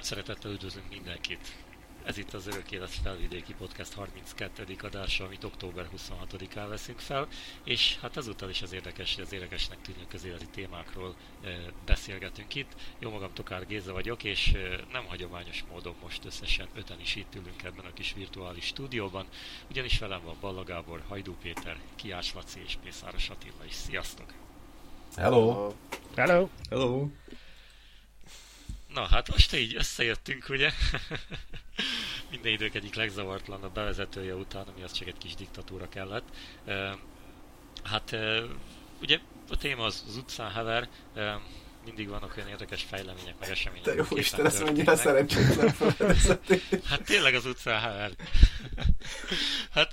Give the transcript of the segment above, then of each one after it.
szeretettel üdvözlünk mindenkit! Ez itt az Örök Élet Felvidéki Podcast 32. adása, amit október 26-án veszünk fel, és hát ezúttal is az érdekesnek tűnő közéleti témákról beszélgetünk itt. Jó magam, Tokár Géza vagyok, és nem hagyományos módon most összesen 5-en is itt ülünk ebben a kis virtuális stúdióban, ugyanis velem van Balla Gábor, Hajdú Péter, Kiács Laci és Mészáros Attila is. Sziasztok! Hello! Hello! Hello! Na hát most így összejöttünk, ugye? Minden idők egyik legzavartlanabb bevezetője után, ami az csak egy kis diktatúra kellett. Ugye a téma az utcán hever, mindig vannak olyan érdekes fejlemények, meg események. De jó Isten, ez mennyire szerencsétlen felvezetés. Hát tényleg az utcán hever. Hát...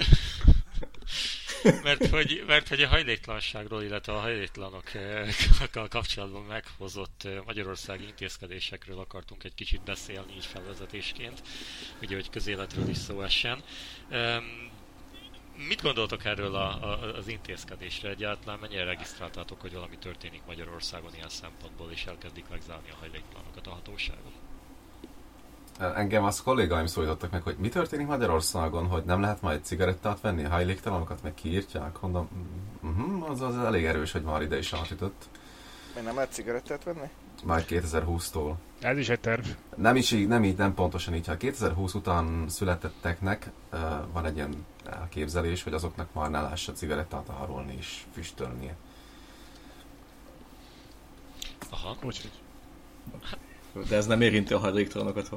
Mert hogy a hajléktalanságról, illetve a hajléktalanokkal kapcsolatban meghozott magyarországi intézkedésekről akartunk egy kicsit beszélni így felvezetésként, ugye, hogy közéletről is szó essen. Mit gondoltok erről az intézkedésre? Egyáltalán mennyire regisztráltátok, hogy valami történik Magyarországon ilyen szempontból, és elkezdik megzárni a hajléktalanokat a hatóságon? Engem az kollégáim szólítottak meg, hogy mi történik Magyarországon, hogy nem lehet majd cigarettát venni, a hajléktalanokat meg kiírtják. Mondom, az elég erős, hogy már ide is átütött. Még nem lehet cigarettát venni? Már 2020-tól. Ez is egy terv. Nem pontosan így. Ha 2020 után születetteknek van egy ilyen elképzelés, hogy azoknak már ne lássa cigarettát árulni és füstölnie. Aha. Úgyhogy. De ez nem érinti a hajléktalanokat.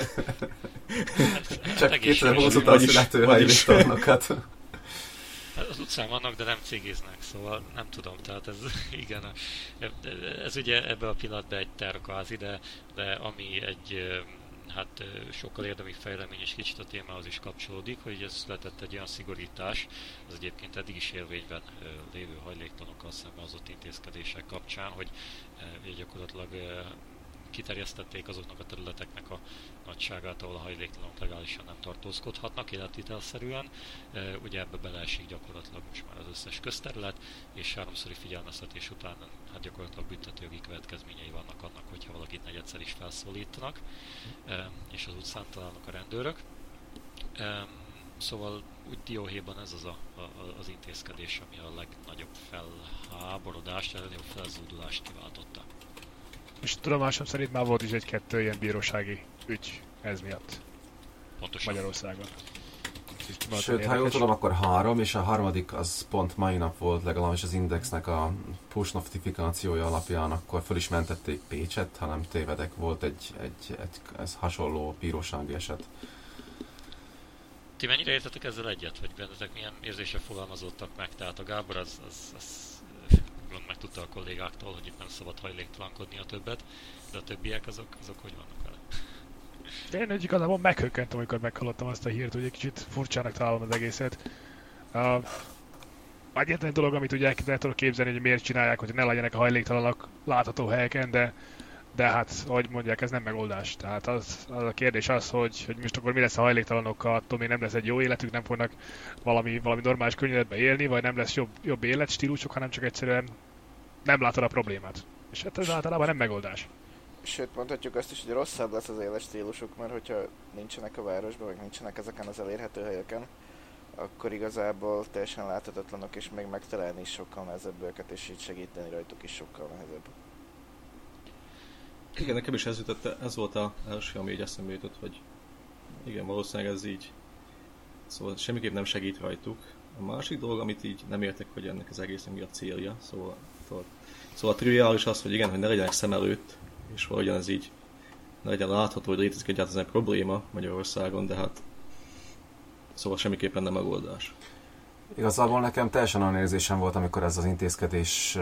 Csak 2020 után születő hajléktalanokat. Az utcán vannak, de nem cégéznek, szóval nem tudom, tehát ez igen, ez ugye ebben a pillanatban egy tervkázi, de ami egy sokkal érdemi fejlemény, és kicsit a témához is kapcsolódik, hogy ez született egy olyan szigorítás, az egyébként eddig is érvényben lévő hajléktalanokkal szemben hozott intézkedések kapcsán, hogy gyakorlatilag kiterjesztették azoknak a területeknek a nagyságát, ahol a hajléktalanok legálisan nem tartózkodhatnak életvitelszerűen. Ugye ebbe beleesik gyakorlatilag most már az összes közterület, és 3-szori figyelmeztetés után hát gyakorlatilag büntetőjogi következményei vannak annak, hogyha valakit negyedszer is felszólítanak, és az utcán találnak a rendőrök. Szóval úgy dióhéjban ez az intézkedés, ami a legnagyobb felháborodást, a legnagyobb felzúdulást kiváltotta. És tudomásom szerint már volt is egy-kettő ilyen bírósági ügy ez miatt. Pontosan. Magyarországon. Sőt, ha jól tudom, akkor 3, és a harmadik az pont mai nap volt, legalábbis az Indexnek a push notifikációja alapján, akkor föl is mentették Pécset, ha nem tévedek, volt egy hasonló bírósági eset. Ti mennyire értetek ezzel egyet, vagy bennetek milyen érzésre fogalmazódtak meg? Tehát a Gábor az megtudta a kollégáktól, hogy itt nem szabad hajléktalankodni a többet, de a többiek azok hogy vannak vele? Én igazából meghökkentem, amikor meghallottam azt a hírt, hogy egy kicsit furcsának találom az egészet. Egyetlen dolog, amit ugye el tudok képzelni, hogy miért csinálják, hogy ne legyenek a hajléktalanok látható helyeken, de hát, ahogy mondják, ez nem megoldás. Tehát az a kérdés az, hogy most akkor mi lesz a hajléktalanokkal, attól még nem lesz egy jó életük, nem fognak valami normális környezetben élni, vagy nem lesz jobb életstílusuk, hanem csak egyszerűen nem látod a problémát. És hát ez általában nem megoldás. Sőt, mondhatjuk azt is, hogy rosszabb lesz az életstílusuk, mert hogyha nincsenek a városban, vagy nincsenek ezeken az elérhető helyeken, akkor igazából teljesen láthatatlanok, és még megtalálni is sokkal nehezebb őket, és így segíteni rajtuk is sokkal nehezebb. Igen, nekem is ez volt az első, ami így eszembe jutott, hogy igen, valószínűleg ez így, szóval semmiképp nem segít rajtuk. A másik dolog, amit így nem értek, hogy ennek az egésznek mi a célja, szóval triviális az, hogy igen, hogy ne legyenek szem előtt, és valahogyan ez így ne legyen látható, hogy létezik egyáltalán egy probléma Magyarországon, de hát szóval semmiképpen nem megoldás. Igazából nekem teljesen olyan érzésem volt, amikor ez az intézkedés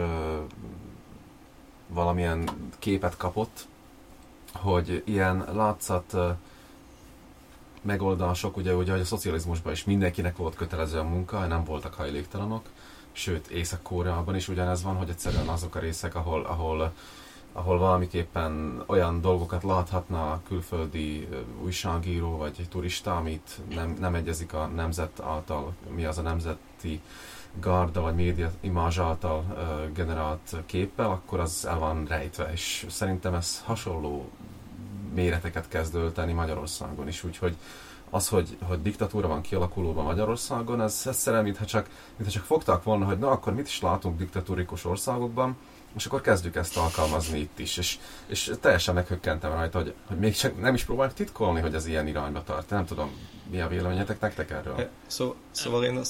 valamilyen képet kapott, hogy ilyen látszat megoldások, ugye hogy a szocializmusban is mindenkinek volt kötelező a munka, nem voltak hajléktalanok, sőt Észak-Koreában is ugyanez van, hogy egyszerűen azok a részek, ahol valamiképpen olyan dolgokat láthatna a külföldi újságíró vagy turista, amit nem egyezik a nemzet által, mi az a nemzeti garda vagy média imázs által generált képpel, akkor az el van rejtve, és szerintem ez hasonló méreteket kezd ölteni Magyarországon is, úgyhogy az, hogy diktatúra van kialakulóban Magyarországon, ez egyszerűen, mintha csak fogtak volna, hogy na akkor mit is látunk diktatúrikus országokban, és akkor kezdjük ezt alkalmazni itt is. És teljesen meghökkentem rajta, hogy még csak nem is próbáljuk titkolni, hogy ez ilyen irányba tart. Nem tudom, mi a véleményetek nektek erről? Szóval én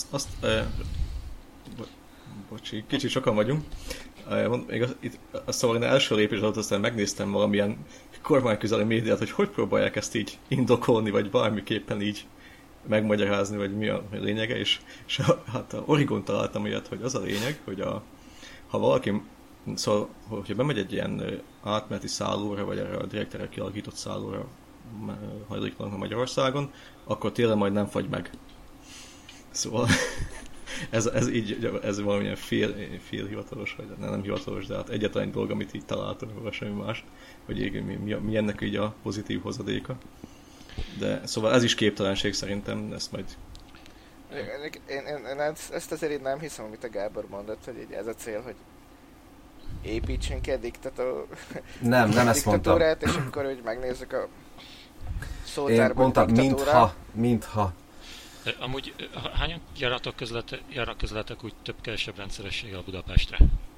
bocsi, kicsit sokan vagyunk. Szóval én első lépés alatt aztán megnéztem valamilyen kormányközeli médiát, hogy próbálják ezt így indokolni, vagy valamiképpen így megmagyarázni, vagy mi a lényege, és hát a Origon találtam ilyet, hogy az a lényeg, hogy ha valaki, szóval, hogyha bemegy egy ilyen átmeneti szállóra, vagy erre a direktre kialakított szállóra hajléktalanok Magyarországon, akkor télen majd nem fagy meg. Szóval ez valamilyen fél hivatalos, vagy nem hivatalos, de hát egyetlen dolog, amit így találtam, vagy semmi más, hogy mi ennek így a pozitív hozadéka. De szóval ez is képtelenség szerintem, ezt majd... Én ezt azért így nem hiszem, amit a Gábor mondott, hogy ez a cél, hogy építsünk egy nem ezt mondtam. És akkor hogy megnézzük a szótárban én mondtam, mintha. Amúgy hányan járnak közletek úgy több-kevesebb rendszerességgel Budapestre?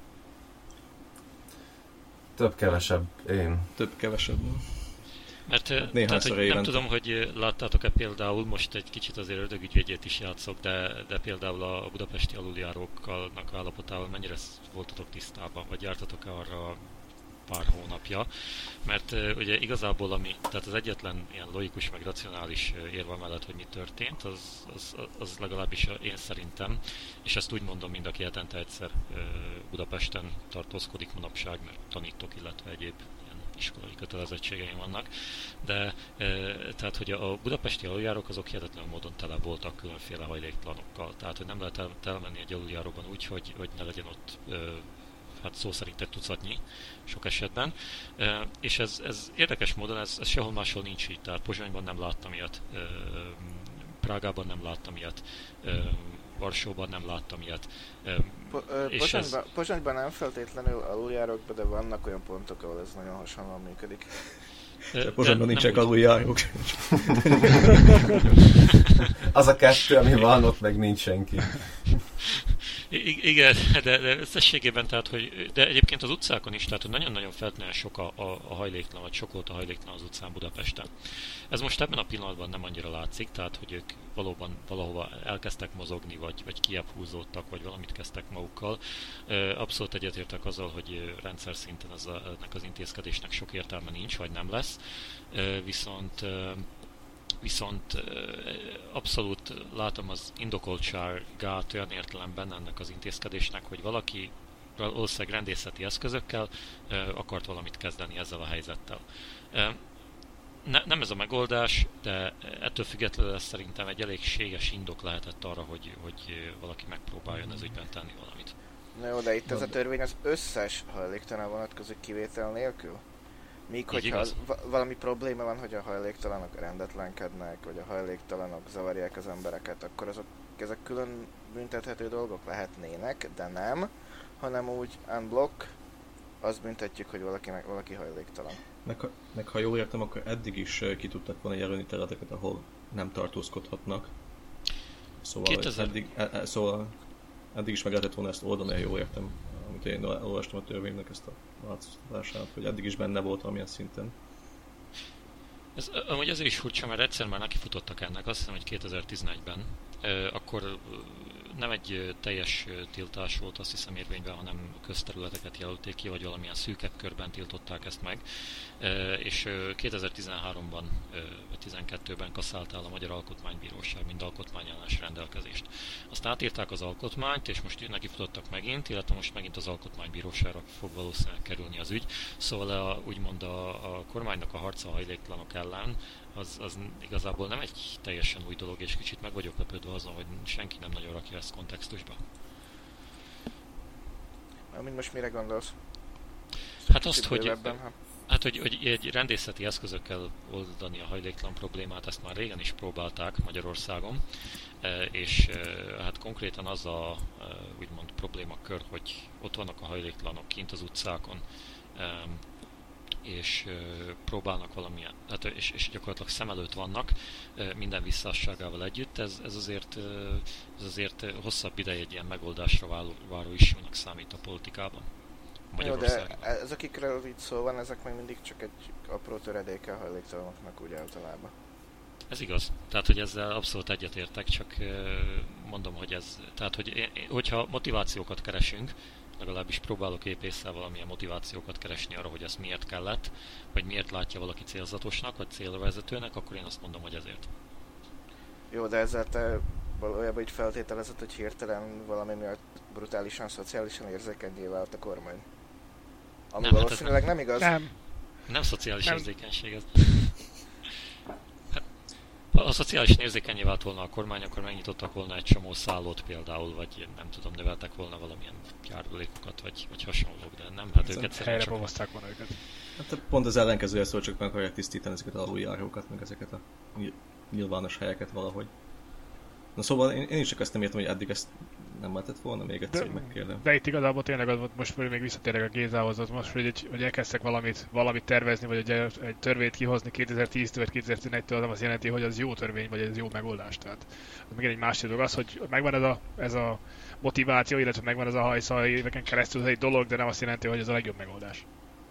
Több-kevesebb, én. Több-kevesebb. Mert tehát, hogy nem tudom, hogy láttátok-e például, most egy kicsit azért ördögügyvédjét is játszok, de például a budapesti aluljáróknak állapotával mennyire voltatok tisztában, vagy jártatok-e arra pár hónapja, mert ugye igazából tehát az egyetlen ilyen logikus meg racionális érve mellett, hogy mi történt, az legalábbis én szerintem, és ezt úgy mondom, mind aki hetente egyszer Budapesten tartózkodik manapság, mert tanítok, illetve egyéb iskolai kötelezettségeim vannak, de tehát, hogy a budapesti aluljárók azok hihetetlen módon tele voltak különféle hajléktalanokkal, tehát, hogy nem lehet elmenni egy aluljáróban úgy, hogy ne legyen ott hát szó szerint egy tucatnyi sok esetben, és ez érdekes módon, ez sehol máshol nincs így, tehát Pozsonyban nem láttam ilyet, Prágában nem láttam ilyet, Varsóban nem láttam ilyet. Pozsonyban nem feltétlenül aluljárókban, de vannak olyan pontok, ahol ez nagyon hasonlóan működik. Pozsonyban nincsenek aluljárók. Az a kettő, ami van, ott meg nincs senki. Igen, de összességében, tehát, de egyébként az utcákon is, tehát hogy nagyon-nagyon feltétlenül sok a hajléktalan, vagy sok volt a hajléktalan az utcán Budapesten. Ez most ebben a pillanatban nem annyira látszik, tehát hogy ők valóban valahova elkezdtek mozogni, vagy kiebb húzódtak, vagy valamit kezdtek magukkal. Abszolút egyetértek azzal, hogy rendszer szinten ennek az intézkedésnek sok értelme nincs, vagy nem lesz. Viszont abszolút látom az indokoltságát olyan értelemben ennek az intézkedésnek, hogy valaki valószínűleg rendészeti eszközökkel akart valamit kezdeni ezzel a helyzettel. Nem ez a megoldás, de ettől függetlenül ez szerintem egy elégséges indok lehetett arra, hogy valaki megpróbáljon ez ügyben tenni valamit. Na jó, de itt ez a törvény az összes hajléktalan vonatkozik kivétel nélkül? Míg hogyha valami probléma van, hogy a hajléktalanok rendetlenkednek, vagy a hajléktalanok zavarják az embereket, akkor ezek külön büntethető dolgok lehetnének, de nem, hanem úgy unblock, azt büntetjük, hogy valaki hajléktalan. Meg ha jól értem, akkor eddig is ki tudtak volna jelölni területeket, ahol nem tartózkodhatnak. Szóval eddig is meg lehetett volna ezt oldani, ha jól értem, amit én olvastam a törvénynek ezt a változtatását, hogy eddig is benne volt valamilyen szinten. Ez amúgy azért is furcsa, mert egyszer már nekifutottak ennek, azt hiszem, hogy 2011-ben. Akkor nem egy teljes tiltás volt, azt hiszem érvényben, hanem közterületeket jelölték ki, vagy valamilyen szűkebb körben tiltották ezt meg. És 2013-ban, vagy 2012-ben kasszálta el a Magyar Alkotmánybíróság mind alkotmányellenes rendelkezést. Azt átírták az alkotmányt, és most nekifutottak megint, illetve most megint az Alkotmánybíróságra fog valószínűleg kerülni az ügy. Szóval úgymond a kormánynak a harca a hajléktalanok ellen, az igazából nem egy teljesen új dolog, és kicsit meg vagyok lepődve azon, hogy senki nem nagyon rakja ezt kontextusba. Mint most mire gondolsz? Hát azt, hogy egy rendészeti eszközökkel oldani a hajléktalan problémát, ezt már régen is próbálták Magyarországon, és hát konkrétan az a úgymond problémakör, hogy ott vannak a hajléktalanok kint az utcákon, és próbálnak valamilyen, hát, és gyakorlatilag szem előtt vannak minden visszásságával együtt, ez azért hosszabb ideig egy ilyen megoldásra váró isúnak számít a politikában. Jó, de ez akikről itt szó van, ezek még mindig csak egy apró töredéke a hajléktalanoknak úgy általában. Ez igaz. Tehát, hogy ezzel abszolút egyetértek, csak mondom, hogy ez... Tehát, hogyha motivációkat keresünk, legalábbis próbálok épésszel valamilyen motivációkat keresni arra, hogy ezt miért kellett, vagy miért látja valaki célzatosnak, vagy célvezetőnek, akkor én azt mondom, hogy ezért. Jó, de ezzel te valójában így feltételezed, hogy hirtelen valami miatt brutálisan, szociálisan érzékenyé vált a kormány. Ami nem, valószínűleg nem igaz. Nem szociális érzékenység ez. Ha szociális érzékenyé vált volna a kormány, akkor megnyitottak volna egy csomó szállót például, vagy nem tudom, növeltek volna valamilyen járulékokat, vagy hasonlók, de nem, hát őket helyre bovozták volna őket. Hát pont az ellenkezője szól, csak meg akarják tisztítani ezeket a aluljárókat, meg ezeket a nyilvános helyeket valahogy. Na szóval én is csak ezt nem értem, hogy eddig ezt nem lehetett volna még egyszer, hogy megkérdem. De itt igazából tényleg az, most még visszatérek a Gézához, az most, hogy elkezdtek valamit tervezni, vagy egy törvényt kihozni 2010-től vagy 2011-től, nem az jelenti, hogy az jó törvény, vagy ez jó megoldás. Tehát még egy másik dolog az, hogy megvan ez a motiváció, illetve megvan ez a hajszal éveken keresztül ez egy dolog, de nem azt jelenti, hogy ez a legjobb megoldás.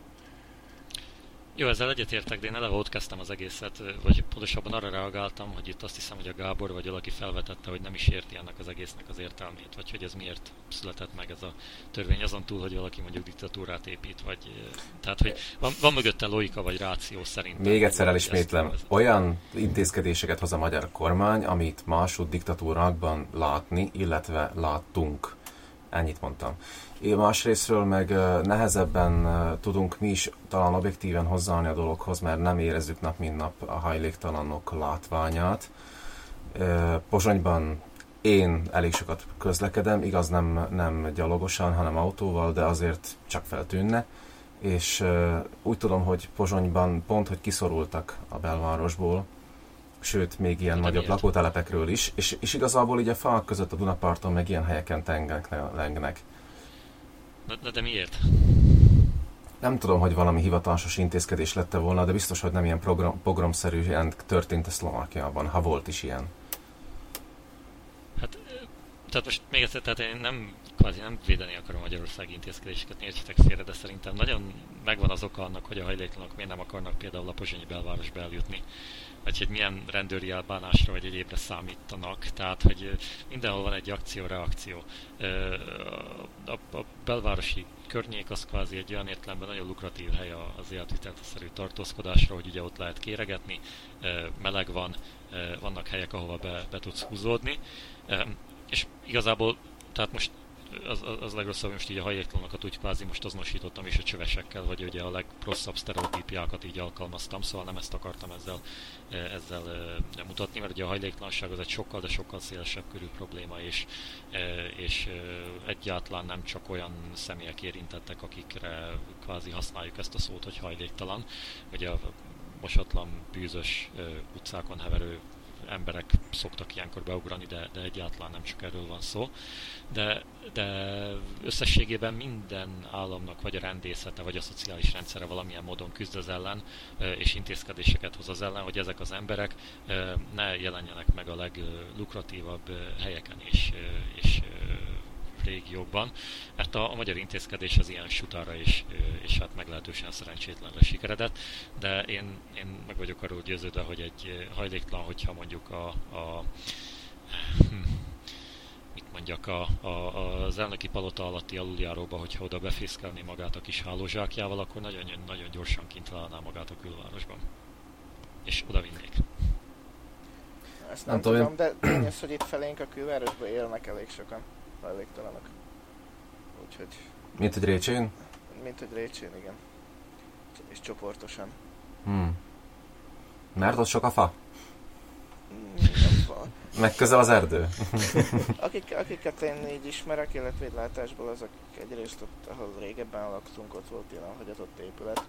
Jó, ezzel egyetértek, de én eleve ott kezdtem az egészet, vagy pontosabban arra reagáltam, hogy itt azt hiszem, hogy a Gábor vagy valaki felvetette, hogy nem is érti ennek az egésznek az értelmét, vagy hogy ez miért született meg ez a törvény, azon túl, hogy valaki mondjuk diktatúrát épít, vagy... Tehát, hogy van mögötte logika vagy ráció szerintem. Még egyszer elismétlem, olyan intézkedéseket hoz a magyar kormány, amit másod diktatúrákban látni, illetve láttunk. Ennyit mondtam. Másrésztről meg nehezebben tudunk mi is talán objektíven hozzáállni a dologhoz, mert nem érezzük nap mint nap a hajléktalanok látványát. Pozsonyban én elég sokat közlekedem, igaz nem gyalogosan, hanem autóval, de azért csak feltűnne. És úgy tudom, hogy Pozsonyban pont, hogy kiszorultak a belvárosból, sőt, még ilyen nagyobb lakótelepekről is, és igazából így a falak között a Dunaparton meg ilyen helyeken lengnek. De miért? Nem tudom, hogy valami hivatásos intézkedés lette volna, de biztos, hogy nem ilyen pogromszerűen történt a Szlovákiában, ha volt is ilyen. Hát, tehát most még egyszer, tehát én nem védeni akarom a magyarországi intézkedéseket, értsetek félre, de szerintem nagyon megvan az oka annak, hogy a hajléktalanok miért nem akarnak például a pozsonyi belvárosba eljutni, vagy hogy milyen rendőri elbánásra vagy egyébre számítanak, tehát hogy mindenhol van egy akció-reakció. A belvárosi környék az kvázi egy olyan értelemben nagyon lukratív hely az életvitelszerű tartózkodásra, hogy ugye ott lehet kéregetni, meleg van, vannak helyek, ahova be tudsz húzódni, és igazából, tehát most az legrosszabb, most így a hajléktalanokat úgy kvázi most azonosítottam is a csövesekkel, vagy ugye a legrosszabb sztereotípiákat így alkalmaztam, szóval nem ezt akartam ezzel mutatni, mert ugye a hajléktalanság az egy sokkal, de sokkal szélesebb körű probléma, és egyáltalán nem csak olyan személyek érintettek, akikre kvázi használjuk ezt a szót, hogy hajléktalan, ugye a mosatlan, bűzös utcákon heverő emberek szoktak ilyenkor beugrani, de egyáltalán nem csak erről van szó. De összességében minden államnak vagy a rendészete, vagy a szociális rendszere valamilyen módon küzd az ellen, és intézkedéseket hoz az ellen, hogy ezek az emberek ne jelenjenek meg a leglukratívabb helyeken és régiókban, mert a magyar intézkedés az ilyen sutára és hát meglehetősen szerencsétlenre sikeredett, de én meg vagyok arról győződve, hogy egy hajléktalan, hogyha mondjuk az elnöki palota alatti aluljáróba, hogyha oda befészkelné magát a kis hálózsákjával, akkor nagyon, nagyon gyorsan kint találná magát a külvárosban. És oda vinnék. Ezt nem tudom, de tényleg, hogy itt felénk a külvárosban élnek elég sokan hajléktalanok. Úgyhogy... Mint egy Récsén? Mint egy Récsén, igen. És csoportosan. Mert ott sok a fa? Nem fa. Meg közel az erdő? Akiket én így ismerek, illetve látásból, azok egyrészt ott, ahol régebben laktunk, ott volt ilyen hagyatott épület.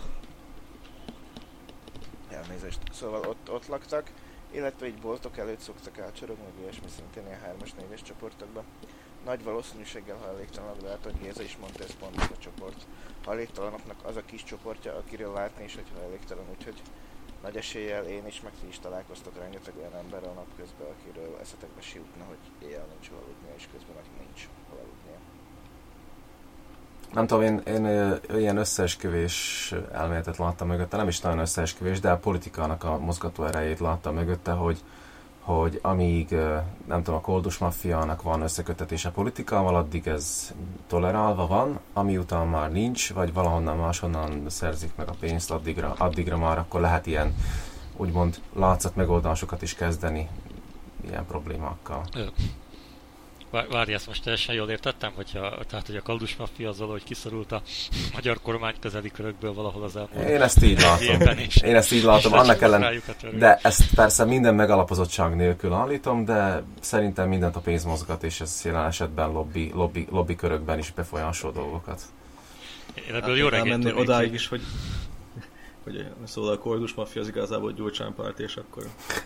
Elnézést. Szóval ott laktak, illetve így boltok előtt szoktak elcsorogni, meg ilyesmi szintén ilyen 3-as, 4-es csoportokban. nagy valószínűséggel hajléktalanok, de hát, hogy Géza is mondta, ez pont ez a csoport. Hajléktalanoknak az a kis csoportja, akiről látni is, hogy hajléktalan, úgyhogy nagy eséllyel én is, meg ti is találkoztok rengeteg olyan emberrel napközben, akiről eszetekbe se jutna, hogy éjjel nincs hol aludnia, és közben meg nincs hol aludnia. Nem tudom, én ilyen összeesküvés elméletet láttam mögötte, nem is nagyon összeesküvés, de a politikának a mozgató erejét láttam mögötte, hogy amíg, nem tudom, a koldus maffiának van összekötetése politikával, addig ez tolerálva van, ami után már nincs, vagy valahonnan máshonnan szerzik meg a pénzt, addigra már akkor lehet ilyen, úgymond látszat megoldásokat is kezdeni ilyen problémákkal. Várj, ezt most teljesen jól értettem, hogy a koldus maffia az valahogy kiszorult a magyar kormány közeli körökből valahol az elmúlt. Én ezt így látom, annak ellen, de ezt persze minden megalapozottság nélkül állítom, de szerintem mindent a pénz mozgat, és ez jelen esetben lobby körökben is befolyásol dolgokat. Én ebből jó reggelt menni odáig is, hogy szóval a koldus maffia az igazából Gyurcsány párt, és akkor...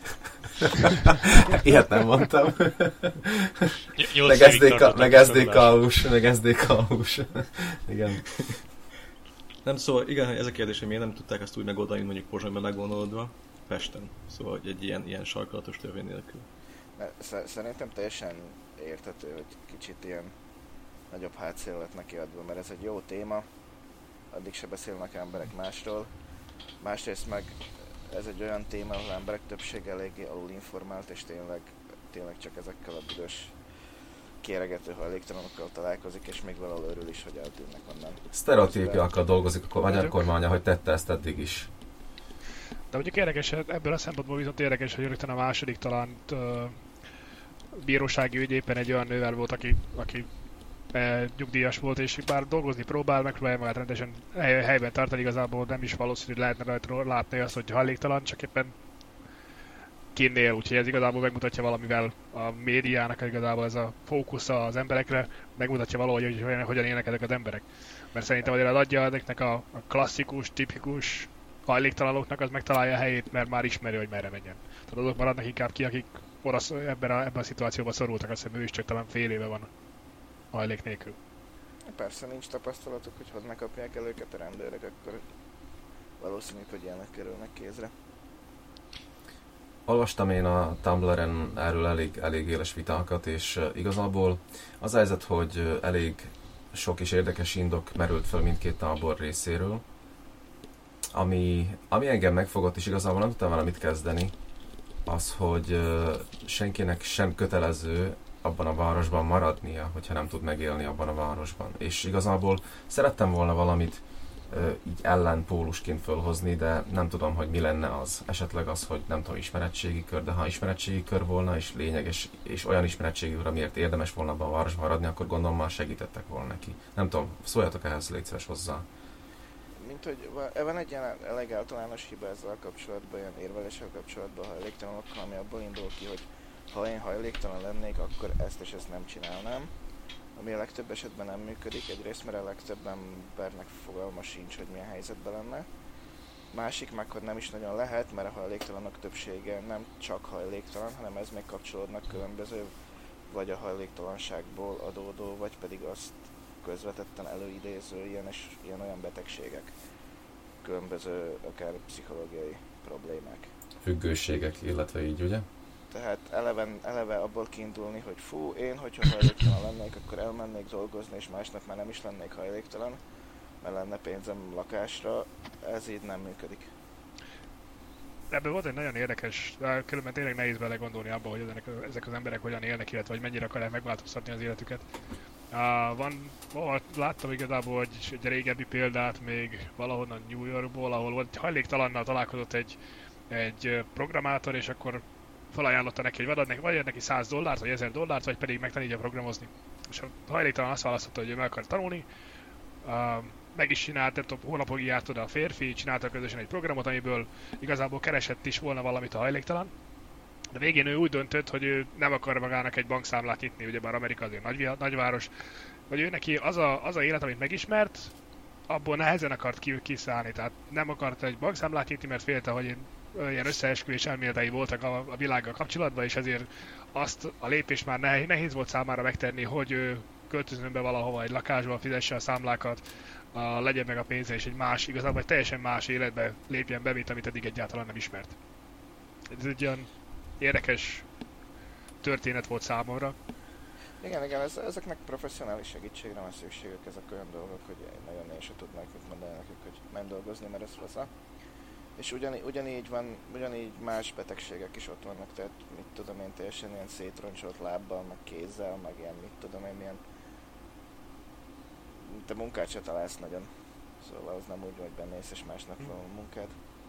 Ilyet nem mondtam. Meg SDK-us. Igen. Nem, szóval igen, ez a kérdés, hogy miért nem tudták ezt úgy megoldani, mondjuk Pozsonyban megvonulódva Pesten. Szóval hogy egy ilyen sarkalatos törvény nélkül. Szerintem teljesen érthető, hogy kicsit ilyen nagyobb hátszél lett neki adva, mert ez egy jó téma, addig se beszélnek emberek másról. Másrészt meg ez egy olyan téma, ahol emberek többsége eléggé alulinformált, és tényleg csak ezekkel a büdös kéregető hajléktalanokkal találkozik, és még valahol örül is, hogy eltűnnek onnan. Sztereotípiákkal dolgozik a magyar kormánya, hogy tette ezt eddig is. De mondjuk érdekes, ebből a szempontból viszont érdekes, hogy rögtön a második talán bírósági ügy éppen egy olyan nővel volt, aki nyugdíjas volt, és bár dolgozni megpróbálja magát rendesen helyben tartani, igazából nem is valószínű, hogy lehetne rajta látni azt, hogy hajléktalan, csak éppen kinnél, úgyhogy ez igazából megmutatja valamivel a médiának igazából ez a fókusza az emberekre, megmutatja valahogy, hogy hogyan élnek ezek az emberek. Mert szerintem azért az adja ezeknek a klasszikus, tipikus hajléktalanoknak az megtalálja a helyét, mert már ismeri, hogy merre menjen. Tehát azok maradnak inkább ki, akik ebben a szituációban szorultak, azt hiszem ő is csak talán fél éve van hajlék nélkül. Persze nincs tapasztalatuk, hogy honnan kapják el őket a rendőrök, akkor valószínű, hogy ilyenek kerülnek kézre. Olvastam én a Tumblr-en erről elég éles vitákat, és igazából az a helyzet, hogy elég sok és érdekes indok merült fel mindkét tábor részéről, ami engem megfogott, és igazából nem tudtam vele mit kezdeni, az, hogy senkinek sem kötelező abban a városban maradnia, hogyha nem tud megélni abban a városban. És igazából szerettem volna valamit így ellenpólusként fölhozni, de nem tudom, hogy mi lenne az. Esetleg az, hogy nem tudom, ismeretségi kör, de ha ismeretségi kör volna, és lényeges, és olyan ismeretségi kör, amiért érdemes volna abban a városban maradni, akkor gondolom már segítettek volna neki. Nem tudom, szóljatok ehhez, légy szíves hozzá. Mint hogy van egy ilyen elég általános hiba ezzel kapcsolatban, ilyen érveléssel kapcsolatban a hajléktalanokkal, ami abból indul ki, hogy ha én hajléktalan lennék, akkor ezt és ezt nem csinálnám. Ami a legtöbb esetben nem működik, egyrészt mert a legtöbb embernek fogalma sincs, hogy milyen helyzetben lenne. Másik meg, hogy nem is nagyon lehet, mert a hajléktalanok többsége nem csak hajléktalan, hanem ez még kapcsolódnak különböző, vagy a hajléktalanságból adódó, vagy pedig azt közvetetten előidéző ilyen olyan betegségek, különböző akár pszichológiai problémák. Függőségek, illetve így, ugye? Tehát eleve abból kiindulni, hogy én, hogyha hajléktalan lennék, akkor elmennék dolgozni, és másnap már nem is lennék hajléktalan, mert lenne pénzem lakásra, ez így nem működik. Ebből volt egy nagyon érdekes, különben tényleg nehéz belegondolni abba, hogy ezek az emberek hogyan élnek, illetve hogy mennyire akarják megváltoztatni az életüket. Láttam igazából egy régebbi példát még valahonnan New Yorkból, ahol volt hajléktalannal találkozott egy programátor, és akkor felajánlotta neki, hogy vagy ad neki $100, vagy $1000, vagy pedig megtanítja programozni. És a hajléktalan azt választotta, hogy ő meg akar tanulni. Meg is csinált, nem tudom, hónapokig járt oda a férfi, csináltak közösen egy programot, amiből igazából keresett is volna valamit a hajléktalan. De végén ő úgy döntött, hogy ő nem akar magának egy bankszámlát nyitni, ugyebár Amerika azért nagyváros. Vagy ő neki az a élet, amit megismert, abból nehezen akart kiszállni. Tehát nem akart egy bankszámlát nyitni, mert félte, hogy én ilyen összeesküvés elméletei voltak a világgal kapcsolatban, és ezért azt a lépést már nehéz volt számára megtenni, hogy ő költözön be valahova egy lakásba, fizesse a számlákat, legyen meg a pénze, és igazából egy teljesen más életbe lépjen be, mint amit eddig egyáltalán nem ismert. Ez egy olyan érdekes történet volt számomra. Igen, ezeknek professzionális segítségre van szükségük, ezek olyan dolgok, hogy nagyon én sem tudnák mit mondani nekik, hogy menj dolgozni, mert ez fasz. És ugyanígy más betegségek is ott vannak, tehát mit tudom én, teljesen ilyen szétroncsolt lábbal, meg kézzel, meg ilyen mit tudom én, milyen... Te munkát se találsz nagyon, szóval az nem úgy, hogy bemész és másnap van munkád.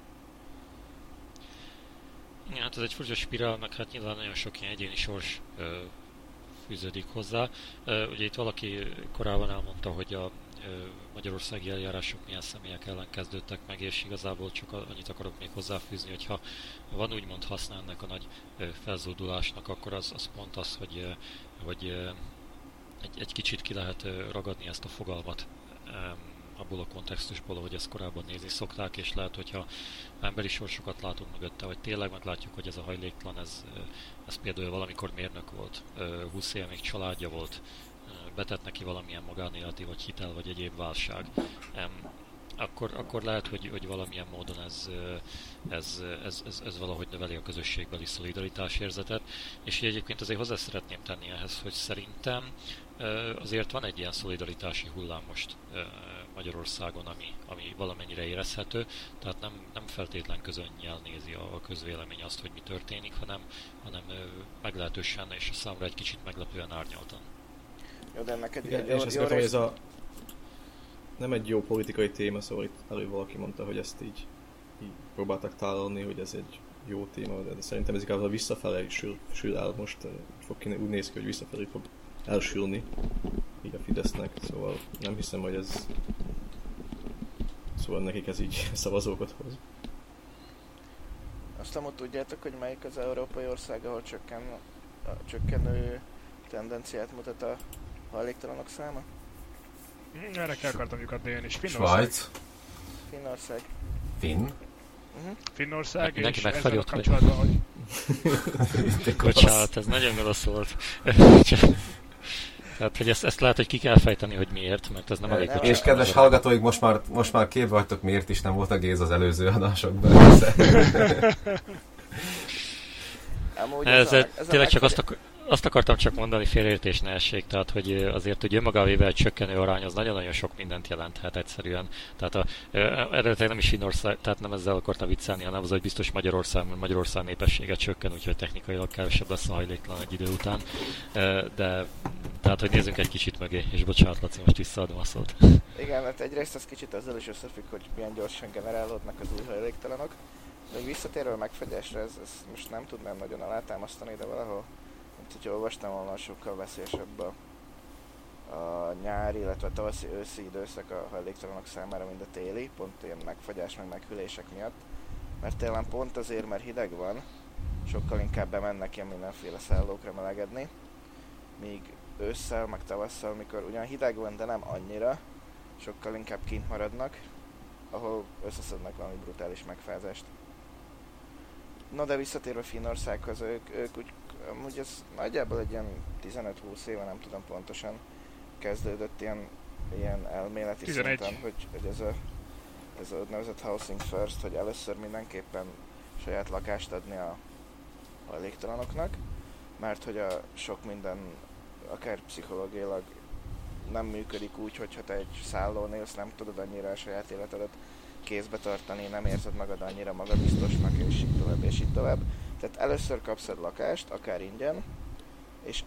Ja, hát ez egy furcsa spirál, meg hát nyilván nagyon sok ilyen egyéni sors fűződik hozzá. Ugye itt valaki korábban elmondta, hogy a magyarországi eljárások milyen személyek ellen kezdődtek meg, és igazából csak annyit akarok még hozzáfűzni, hogyha van úgymond haszna ennek a nagy felzódulásnak, akkor az pont az, hogy egy kicsit ki lehet ragadni ezt a fogalmat abból a kontextusból, hogy ezt korábban nézni szokták, és lehet, hogyha emberi sorsokat látunk mögötte, vagy tényleg meglátjuk, hogy ez a hajléktalan, ez például valamikor mérnök volt, 20 éve még családja volt, betett neki valamilyen magánéleti, vagy hitel, vagy egyéb válság, akkor lehet, hogy valamilyen módon ez valahogy növeli a közösségbeli szolidaritásérzetet, és egyébként azért hozzá szeretném tenni ehhez, hogy szerintem azért van egy ilyen szolidaritási hullám most Magyarországon, ami valamennyire érezhető, tehát nem feltétlen közönnyel nézi a közvélemény azt, hogy mi történik, hanem meglehetősen és a számra egy kicsit meglepően árnyaltan. Jó, de ennek ez nem egy jó politikai téma, szóval itt előbb valaki mondta, hogy ezt így próbáltak tálalni, hogy ez egy jó téma, de szerintem ez igazából visszafelé sül el most, úgy néz ki, hogy visszafelé fog elsülni így a Fidesznek, szóval nem hiszem, hogy ez szóval nekik ez így szavazókat hoz. Azt amúgy tudjátok, hogy melyik az európai ország, ahol csökkenő tendenciát mutat a hajléktalanok száma? Erre kell akartam lyukadni én is. Svájc. Finnország. Finnország, neki és megfelé ezzel a ott vagy. kapcsolatban, hogy... Bocsánat, ez nagyon gonosz volt. Tehát, hogy ezt lehet, hogy ki kell fejteni, hogy miért, mert ez nem elég. És kedves hallgatóik, most már képbe vagytok, miért is nem volt a Géz az előző adásokban. Tényleg csak azt akartam csak mondani, félreértés ne essék, tehát hogy azért, hogy önmagával egy csökkenő arány az nagyon-nagyon sok mindent jelenthet egyszerűen. Tehát eredetileg nem is Finnország, tehát nem ezzel akartam viccelni, hanem az, hogy biztos Magyarország népessége csökken, úgyhogy technikailag kevesebb lesz a hajléktalan egy idő után. De tehát, hogy nézzünk egy kicsit mögé, és bocsánat, Laci, most visszaadom a szót. Igen, hát egyrészt az kicsit azzal is összefügg, hogy milyen gyorsan generálódnak az új hajléktalanok. Még visszatérve a megfegyesre, ez most nem tudnám nagyon alátámasztani, de valahol, mint hogyha olvastam volna, sokkal veszélyesebb a nyári, illetve a tavaszi-őszi időszak a hajléktalanok számára, mint a téli, pont ilyen megfagyás, meg meghűlések miatt. Mert télen pont azért, mert hideg van, sokkal inkább bemennek ilyen mindenféle szállókra melegedni, míg ősszel, meg tavasszal, mikor ugyan hideg van, de nem annyira, sokkal inkább kint maradnak, ahol összeszednek valami brutális megfázást. No, de visszatérve Finnországhoz, ők úgy, amúgy ez nagyjából egy ilyen 15-20 éve, nem tudom pontosan, kezdődött ilyen elméleti 11. szinten, hogy ez a úgynevezett Housing First, hogy először mindenképpen saját lakást adni a hajléktalanoknak, mert hogy a sok minden, akár pszichológiailag nem működik úgy, hogyha te egy szállón élsz, nem tudod annyira a saját életedet kézbe tartani, nem érzed magad annyira magabiztosnak, és így tovább, és így tovább. Tehát először kapsz egy lakást, akár ingyen, és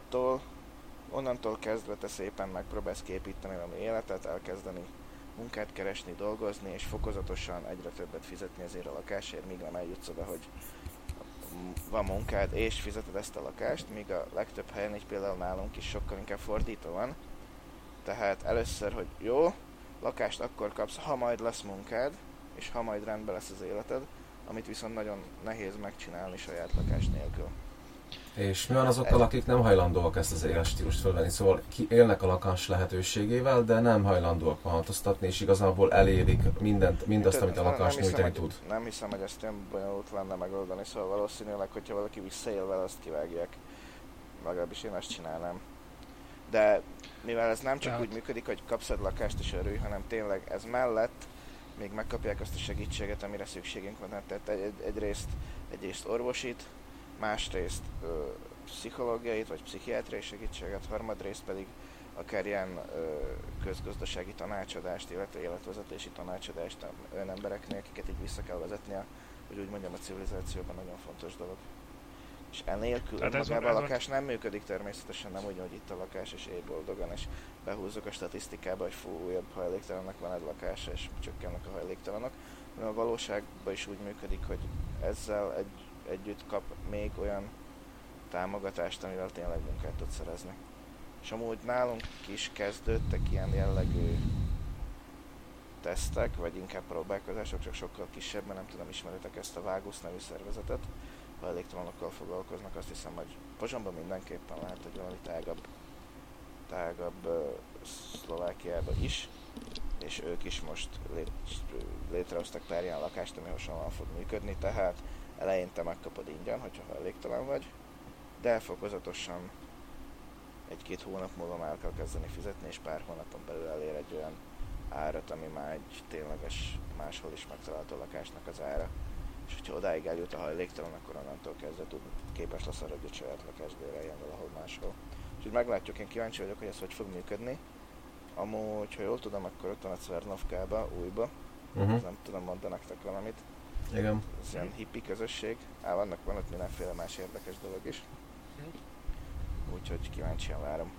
onnantól kezdve te szépen megpróbálsz képíteni valami életet, elkezdeni munkát keresni, dolgozni, és fokozatosan egyre többet fizetni ezért a lakásért, míg nem eljutsz oda, hogy van munkád, és fizeted ezt a lakást, míg a legtöbb helyen, így például nálunk is sokkal inkább fordítva van. Tehát először, hogy jó, lakást akkor kapsz, ha majd lesz munkád, és ha majd rendben lesz az életed, amit viszont nagyon nehéz megcsinálni saját lakás nélkül. És mi van azokkal, akik nem hajlandóak ezt az életstílust fölvenni? Szóval élnek a lakás lehetőségével, de nem hajlandóak változtatni, és igazából elérik mindazt, amit a lakás nyújtani tud. Nem hiszem, hogy ezt olyan bonyolult lenne megoldani, szóval valószínűleg, hogyha valaki visszaél vele, azt kivágják. Legalábbis én azt csinálnám. De mivel ez nem csak úgy működik, hogy kapsz egy lakást és örülj, hanem tényleg ez mellett még megkapják azt a segítséget, amire szükségünk van. Tehát egyrészt orvosit, másrészt pszichológiait vagy pszichiátriai segítséget, harmadrészt pedig akár ilyen közgazdasági tanácsadást, illetve életvezetési tanácsadást olyan embereknél, akiket így vissza kell vezetnie, hogy úgy mondjam, a civilizációban nagyon fontos dolog. És enélkül önmagában a lakás nem működik természetesen, nem úgy, hogy itt a lakás és él boldogan, és behúzzuk a statisztikába, hogy újabb hajléktalannak van egy lakása, és csökkennek a hajléktalanok, hanem a valóságban is úgy működik, hogy ezzel együtt kap még olyan támogatást, amivel tényleg munkát tud szerezni. És amúgy nálunk is kezdődtek ilyen jellegű tesztek, vagy inkább próbálkozások, csak sokkal kisebben, nem tudom, ismeritek ezt a Vágusz nevű szervezetet, hajléktalanokkal foglalkoznak, azt hiszem, hogy Pozsonyban mindenképpen lehet, hogy valami tágabb Szlovákiában is, és ők is most létrehoztak pár ilyen lakást, ami hasonlóan fog működni, tehát eleinte megkapod ingyen, hogyha hajléktalan vagy, de fokozatosan 1-2 hónap múlva már kell kezdeni fizetni, és pár hónapon belül elér egy olyan árat, ami már egy tényleges máshol is megtalálható lakásnak az ára. És hogyha odáig eljut a hajléktalan, akkor onnantól kezdve képes lesz arra, hogy a saját lakást béreljen valahol máshol. Úgyhogy meglátjuk, én kíváncsi vagyok, hogy ez hogy fog működni. Amúgy, ha jól tudom, akkor ott van a Cvernovkába, újba. Nem tudom, mondta nektek valamit. Igen. Ez ilyen hippi közösség. Van ott mindenféle más érdekes dolog is. Úgyhogy kíváncsian várom.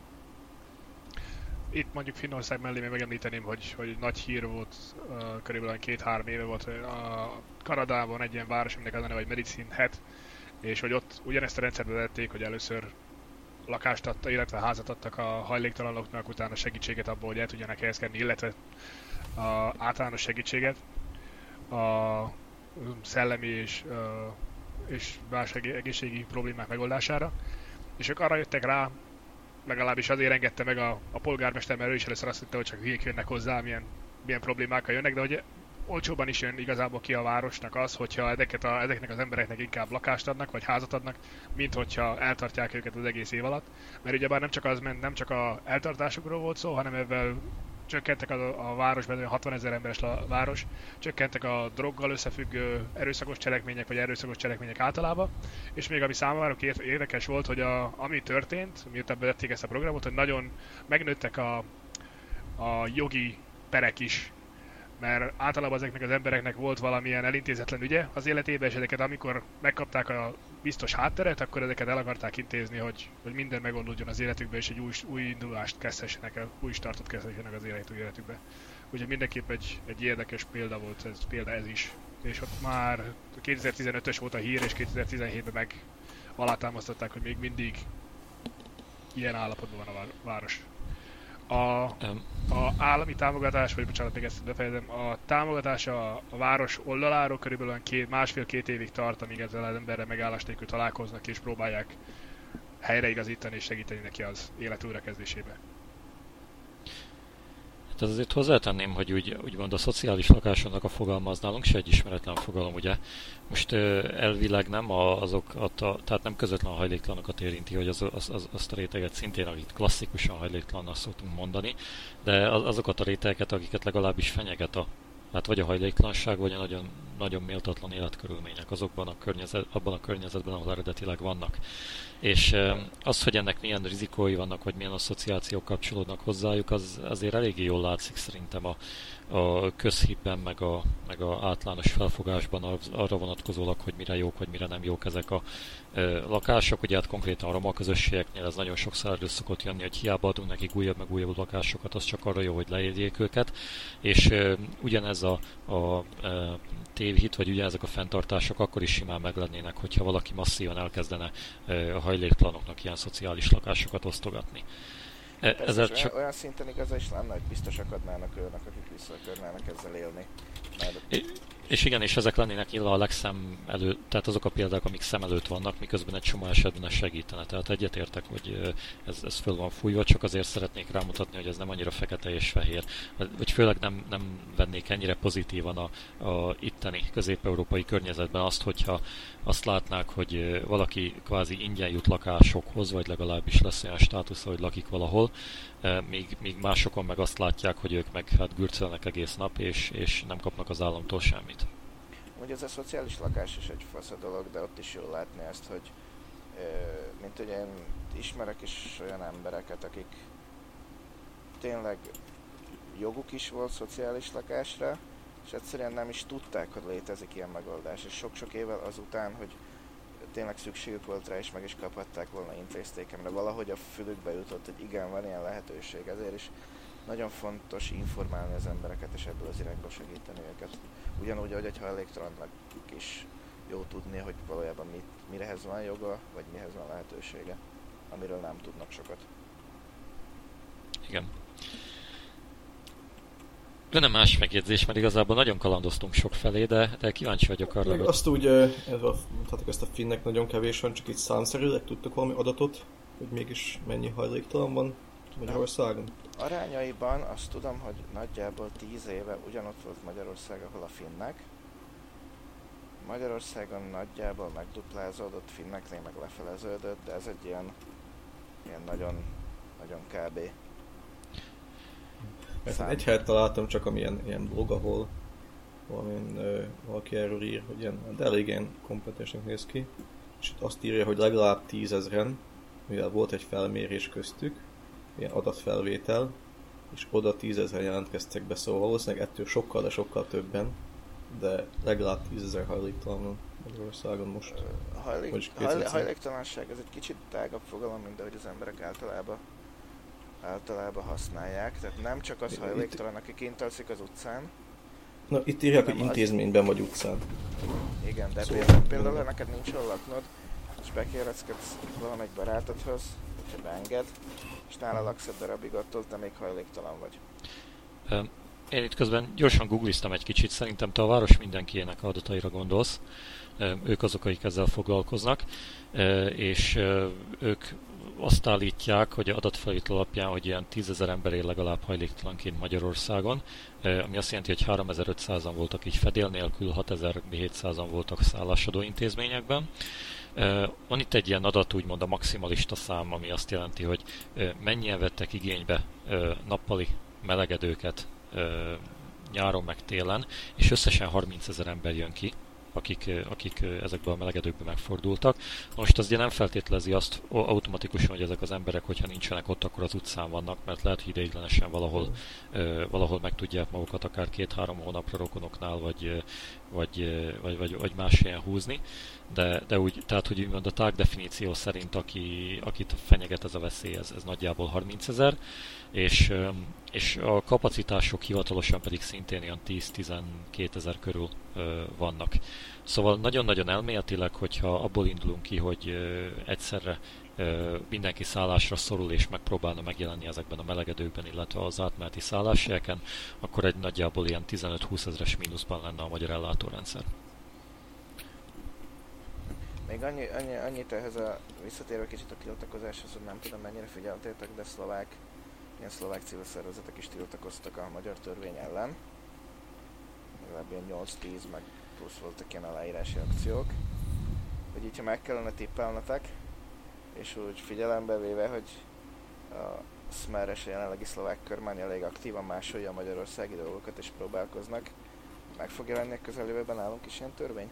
Itt mondjuk Finnország mellé még megemlíteném, hogy nagy hír volt, körülbelül 2-3 éve volt a Kanadában egy ilyen város, aminek az a neve, hogy Medicine Hat, és hogy ott ugyanezt a rendszert vezették, hogy először lakást adtak, illetve házat adtak a hajléktalanoknak, utána segítséget abból, hogy el tudjanak helyezkedni, illetve általános segítséget a szellemi és más egészségi problémák megoldására. És ők arra jöttek rá, legalábbis azért engedte meg a polgármester, mert ő is először azt hitte, hogy csak hülyék jönnek hozzá, milyen problémákkal jönnek, de hogy olcsóban is jön igazából ki a városnak az, hogyha ezeknek az embereknek inkább lakást adnak, vagy házat adnak, mint hogyha eltartják őket az egész év alatt. Mert ugyebár nem csak a eltartásukról volt szó, hanem ezzel csökkentek a városban, 60 000 emberes város, csökkentek a droggal összefüggő erőszakos cselekmények, vagy erőszakos cselekmények általában, és még ami számára érdekes volt, hogy ami történt, miután bevették ezt a programot, hogy nagyon megnőttek a jogi perek is, mert általában ezeknek az embereknek volt valamilyen elintézetlen ügye az életében, és ezeket amikor megkapták a biztos hátteret, akkor ezeket el akarták intézni, hogy minden megoldódjon az életükbe, és egy új indulást kezdhessenek el, új startot kezdhessenek az életükbe. Úgyhogy mindenképp egy érdekes példa volt ez is. És ott már 2015-ös volt a hír, és 2017-ben meg alátámasztották, hogy még mindig ilyen állapotban van a város. A állami támogatás, vagy bocsánat, még ezt befejezem, a támogatás a város oldaláról körülbelül 1,5-2 évig tart, amíg ezzel az emberrel megállás nélkül találkoznak és próbálják helyreigazítani és segíteni neki az élet újrakezdésébe. Hát azért hozzátenném, hogy úgymond a szociális lakásoknak a fogalma az nálunk se egy ismeretlen fogalom, ugye? Most elvileg nem tehát nem közvetlen a hajléktalanokat érinti, hogy azt a réteget szintén, akit klasszikusan hajléktalannak szoktunk mondani, de azokat a rétegeket, akiket legalábbis fenyeget vagy a hajléktalanság, vagy a nagyon, nagyon méltatlan életkörülmények abban a környezetben, ahol eredetileg vannak. És az, hogy ennek milyen rizikói vannak, vagy milyen asszociációk kapcsolódnak hozzájuk, az azért eléggé jól látszik szerintem a közhitben, meg a általános felfogásban arra vonatkozólag, hogy mire jók, vagy mire nem jók ezek a lakások. Ugye hát konkrétan a roma közösségeknél ez nagyon sokszor elő szokott jönni, hogy hiába adunk nekik újabb meg újabb lakásokat, az csak arra jó, hogy leérjék őket. És ugyanez a tévhit, vagy ugyanezek a fenntartások akkor is simán meglennének, hogyha valaki masszívan elkezdene a hajléktalanoknak ilyen szociális lakásokat osztogatni. Olyan szinten igaza is lenne, hogy biztos akadnának őnek, akik vissza akarnának ezzel élni. Mert És igen, és ezek lennének nyilván a tehát azok a példák, amik szem előtt vannak, miközben egy csomó esetben ez segítene. Tehát egyetértek, hogy ez föl van fújva, csak azért szeretnék rámutatni, hogy ez nem annyira fekete és fehér. Vagy főleg nem vennék ennyire pozitívan a itteni közép-európai környezetben azt, hogyha azt látnák, hogy valaki kvázi ingyen jut lakásokhoz, vagy legalábbis lesz olyan státusza, hogy lakik valahol, míg másokon meg azt látják, hogy ők meg hát gürcölnek egész nap, és nem kapnak az államtól semmit. Ugye ez a szociális lakás is egy fasz a dolog, de ott is jól látni ezt, hogy mint ugye én ismerek is olyan embereket, akik tényleg joguk is volt szociális lakásra, és egyszerűen nem is tudták, hogy létezik ilyen megoldás, és sok-sok évvel azután, hogy tényleg szükségük volt rá, és meg is kaphatták volna, intézték, amire valahogy a fülükbe jutott, hogy igen, van ilyen lehetőség, ezért is nagyon fontos informálni az embereket, és ebből az irányba segíteni őket. Ugyanúgy, ahogy egy hajléktalannak is jó tudni, hogy valójában mirehez van joga, vagy mihez van lehetősége, amiről nem tudnak sokat. Igen. De nem más megjegyzés, mert igazából nagyon kalandoztunk sok felé, de kíváncsi vagyok arra, hogy... Azt úgy, mondhatok ezt a finnek nagyon kevés van, csak itt számszerűleg tudtok valami adatot, hogy mégis mennyi hajléktalan van Magyarországon? Arányaiban azt tudom, hogy nagyjából 10 éve ugyanott volt Magyarország, ahol a finnek. Magyarországon nagyjából megduplázódott, finneknél meg lefeleződött, de ez egy ilyen nagyon, nagyon kb. Egy helyet találtam csak, ami ilyen blog, ahol valaki erről ír, hogy de elég ilyen kompetensnek néz ki, és itt azt írja, hogy legalább 10 000-en, mivel volt egy felmérés köztük, ilyen adatfelvétel, és oda 10 000 jelentkeztek be, szóval valószínűleg ettől sokkal, de sokkal többen, de legalább 10 000 hajléktalan van Magyarországon most. Hajléktalanság ez egy kicsit tágabb fogalom, mint ahogy az emberek általában használják, tehát nem csak az hajléktalan, aki kint alszik az utcán. Na, itt írják, hogy intézményben vagy utcán. Igen, de például ha neked nincs hol laknod, és bekéreckedsz valamelyik barátodhoz, hogyha beenged, és nála laksz egy darabig attól, de még hajléktalan vagy. Én itt közben gyorsan googliztam egy kicsit, szerintem te a város mindenkiének adataira gondolsz. Ők azok, akik ezzel foglalkoznak, és ők azt állítják, hogy adatfelvétel alapján, hogy ilyen 10 000 ember él legalább hajléktalanként Magyarországon, ami azt jelenti, hogy 3500-an voltak így fedél nélkül, 6700-an voltak szállásadó intézményekben. Van itt egy ilyen adat, úgymond a maximalista szám, ami azt jelenti, hogy mennyien vettek igénybe nappali melegedőket nyáron meg télen, és összesen 30 000 ember jön ki, akik ezekben a melegedőkben megfordultak. Most az ugye nem feltételezi azt automatikusan, hogy ezek az emberek, hogyha nincsenek ott, akkor az utcán vannak, mert lehet, hogy ideiglenesen valahol meg tudják magukat akár 2-3 hónapra rokonoknál, vagy más ilyen húzni. De úgy, tehát, hogy úgymond a tág definíció szerint, akit fenyeget ez a veszély, ez nagyjából 30 000, és a kapacitások hivatalosan pedig szintén ilyen 10-12 000 körül vannak. Szóval nagyon-nagyon elméletileg, hogyha abból indulunk ki, hogy egyszerre mindenki szállásra szorul és megpróbálna megjelenni ezekben a melegedőkben, illetve az átmeneti szálláshelyeken, akkor egy nagyjából ilyen 15-20 000-es mínuszban lenne a magyar ellátórendszer. Még annyit ehhez a visszatérve kicsit a tiltakozáshoz, hogy nem tudom mennyire figyeltétek, de ilyen szlovák civil szervezetek is tiltakoztak a magyar törvény ellen. Legalább ilyen 8-10, meg plusz voltak ilyen aláírási akciók. Hogy így, ha meg kellene tippelnetek, és úgy figyelembe véve, hogy a Smeres, a jelenlegi szlovák kormány elég aktívan másolja a magyarországi dolgokat és próbálkoznak, meg fog jelenni a közeljövőben nálunk is ilyen törvény?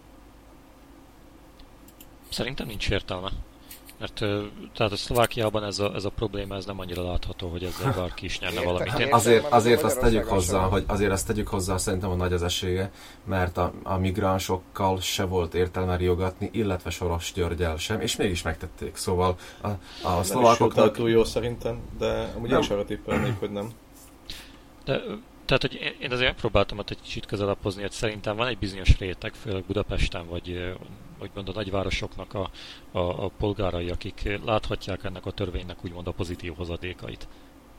Szerintem nincs értelme. Mert tehát a Szlovákiában ez a probléma ez nem annyira látható, hogy ezzel bárki is nyerne valamit. Azért azt tegyük hozzá, szerintem a nagy az esélye, mert a migránsokkal se volt értelme riogatni, illetve Soros Györgyel sem, és mégis megtették. Szóval a szlovákoknak... Nem túl jó szerintem, de amúgy én is arra tippelnék, hogy nem. Tehát, hogy én azért megpróbáltam ott egy kicsit közelapozni, hogy szerintem van egy bizonyos réteg, főleg Budapesten, vagy úgymond a nagyvárosoknak a polgárai, akik láthatják ennek a törvénynek úgymond a pozitív hozadékait.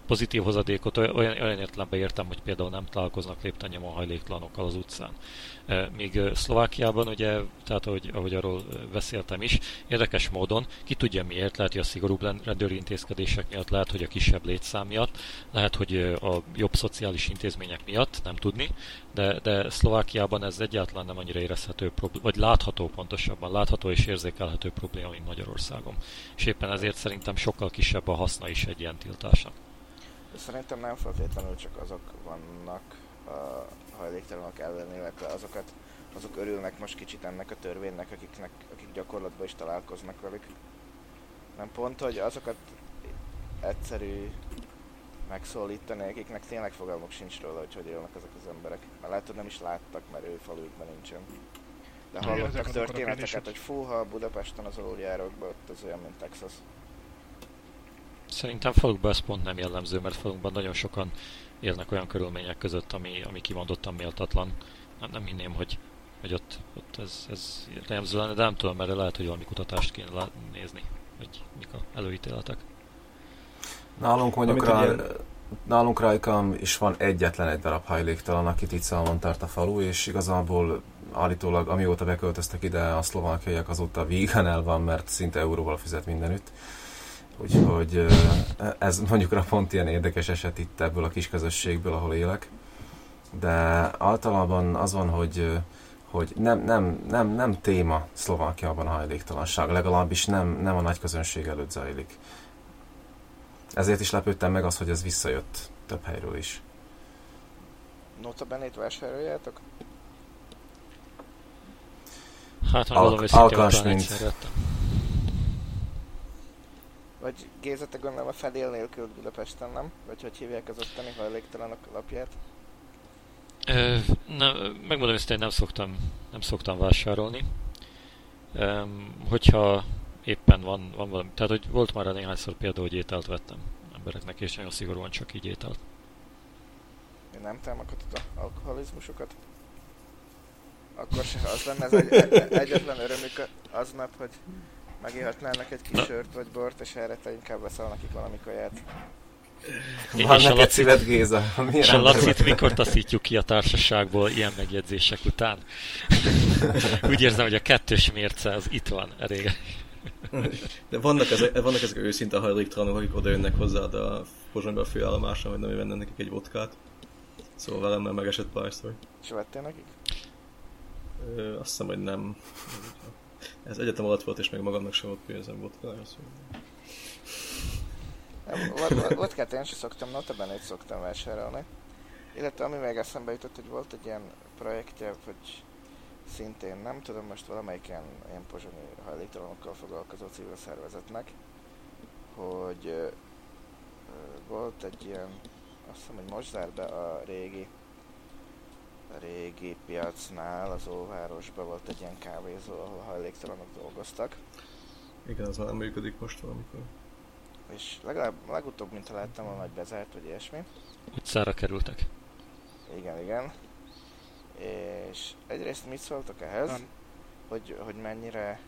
pozitív hozadékot olyan értelemben értem, hogy például nem találkoznak léptennyomon hajléktalanokkal az utcán. Míg Szlovákiában, ugye, tehát ahogy arról beszéltem is, érdekes módon, ki tudja miért, lehet, hogy a szigorúbb rendőri intézkedések miatt, lehet, hogy a kisebb létszám miatt, lehet, hogy a jobb szociális intézmények miatt, nem tudni, de Szlovákiában ez egyáltalán nem annyira érezhető vagy látható pontosabban, látható és érzékelhető probléma, mint Magyarországon. És éppen ezért szerintem sokkal kisebb a haszna is egy ilyen tiltásnak. Szerintem nem feltétlenül csak azok vannak a hajléktalanok ellen, illetve azok örülnek most kicsit ennek a törvénynek, akik gyakorlatban is találkoznak velük. Nem pont, hogy azokat egyszerű megszólítani, akiknek tényleg fogalmuk sincs róla, hogy élnek ezek az emberek. Mert lehet, hogy nem is láttak, mert ő falujukban nincsen. De hallottak történeteket, hogy fúha, Budapesten az aluljárokban, ott az olyan, mint Texas. Szerintem falukban ez pont nem jellemző, mert falunkban nagyon sokan élnek olyan körülmények között, ami kimondottan méltatlan. Nem hinném, hogy ott ez jellemző lenne, de nem tudom, mert lehet, hogy valami kutatást kéne nézni, hogy mik a előítéletek. Nálunk mondjuk nálunk rajkam is van egyetlen egy darab hajléktalan, akit itt számon tart a falu, és igazából állítólag amióta beköltöztek ide a szlovákiaiak, azóta vígan el van, mert szinte euróval fizet mindenütt. Úgyhogy ez mondjuk pont ilyen érdekes eset itt ebből a kis közösségből, ahol élek. De általában az van, hogy nem téma Szlovákiában a hajléktalanság, legalábbis nem a nagy közönség előtt zajlik. Ezért is lepődtem meg az, hogy ez visszajött több helyről is. Notabenét vásároljátok? Hát, ha valami szintén Vagy Géza, te gondolom a fedél nélkül Budapesten, nem? Vagy hogy hívják az ottani hajléktalanok lapját? Megmondom ezt, hogy nem szoktam vásárolni. Hogyha éppen van valami, tehát hogy volt már néhányszor például, hogy ételt vettem embereknek, és nagyon szigorúan csak így ételt. Nem támogatod az alkoholizmusokat? Akkor se az lenne az egyetlen örömük aznap, hogy megihatnának egy kis sört vagy bort, és erre te inkább veszel nekik valami kaját. Van neked szíved, Géza. És a Lacit mikor taszítjuk ki a társaságból ilyen megjegyzések után? Úgy érzem, hogy a kettős mérce az itt van elég. De vannak ezek őszinte hajléktalanok, akik oda jönnek hozzád a Pozsonyba a főállomásra, hogy nem vennem nekik egy vodkát. Szóval velem már megesett párszor. És vettél nekik? Azt hiszem, hogy nem. Ez egyetem alatt volt, és még magamnak sem volt pénzem vodkára. Vodkát én sem szoktam, notabenét szoktam vásárolni. Illetve ami még eszembe jutott, hogy volt egy ilyen projektje, hogy szintén nem tudom most valamelyik ilyen pozsonyi hajléktalanokkal foglalkozó civil szervezetnek, hogy volt egy ilyen, azt hiszem, hogy most zárt be a régi piacnál, az Óvárosban volt egy ilyen kávézó, ahol hajléktalanok dolgoztak. Igen, az már nem működik most valamikor. És legutóbb, mintha láttam volna, hogy bezárt, vagy ilyesmi. Utcára kerültek. Igen. És egyrészt mit szóltok ehhez, hogy mennyire...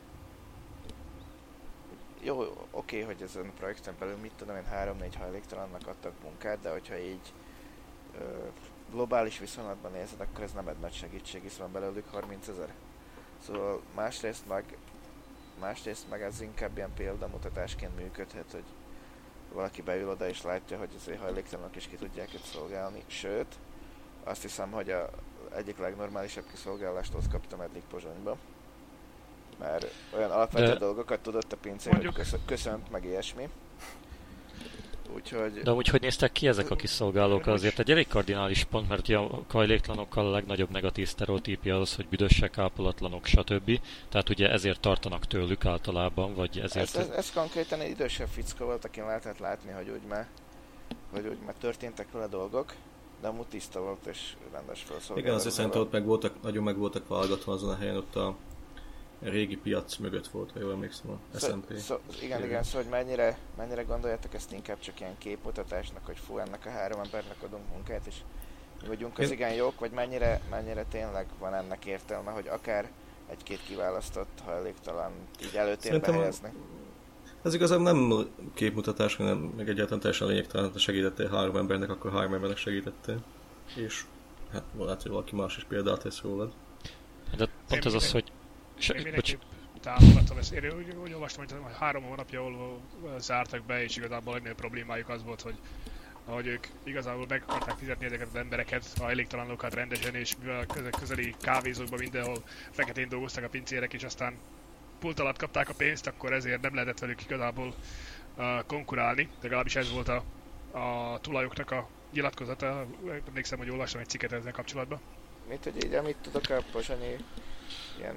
Jó, oké, hogy ezen a projekten belül mit tudom én 3-4 hajléktalannak adtak munkát, de hogyha így globális viszonylatban nézed, akkor ez nem egy nagy segítség, hiszen van belőlük 30 000. Szóval másrészt meg ez inkább ilyen példamutatásként működhet, hogy valaki beül oda és látja, hogy azért hajléktalanok is ki tudják őt szolgálni. Sőt, azt hiszem, hogy a egyik legnormálisabb kiszolgálást ott kaptam eddig Pozsonyba. Mert olyan alapvető dolgokat tudott a pincér, hogy köszönt, meg ilyesmi. Úgyhogy... De úgy, hogy néztek ki ezek a kiszolgálók, azért egy elég kardinális pont, mert a hajléktalanokkal a legnagyobb negatív sztereotípia az, hogy büdösek, ápolatlanok, stb. Tehát ugye ezért tartanak tőlük általában, vagy ezért... Ez konkrétan egy idősebb fickó volt, akin lehetett látni, hogy úgy már történtek vele dolgok, de amúgy tiszta volt és rendes felszolgáló. Igen, azért szerintem ott nagyon meg voltak válogatva azon a helyen, ott a régi piac mögött volt, ha jól emlékszem, a SMP. Igen, szóval hogy mennyire gondoljátok ezt inkább csak ilyen képmutatásnak, hogy fú, ennek a 3 embernek adunk munkát, és mi vagyunk az igen jók, vagy mennyire tényleg van ennek értelme, hogy akár egy-két kiválasztott hajléktalan így előtérbe helyezni? Ez igazából nem képmutatás, hanem meg egyáltalán teljesen lényegtelen, ha segítettél 3 embernek, akkor 3 embernek segítettél. És hát lehet, hogy valaki más is példát tesz rólad. De pont ez az, hogy... Én mindenképp támogatom ezt. Én úgy olvastam, hogy 3 hónapja zártak be, és igazából a legnagyobb problémájuk az volt, hogy ők igazából meg akarták fizetni ezeket az embereket, a hajléktalanokat rendesen, és mivel a közeli kávézókban mindenhol feketén dolgoztak a pincérek, és aztán pult alatt kapták a pénzt, akkor ezért nem lehetett velük igazából konkurálni. Legalábbis ez volt a tulajoknak a nyilatkozata. Emlékszem, hogy olvastam egy cikket ezzel kapcsolatban. Mint hogy így, amit tudok a pozsonyi ilyen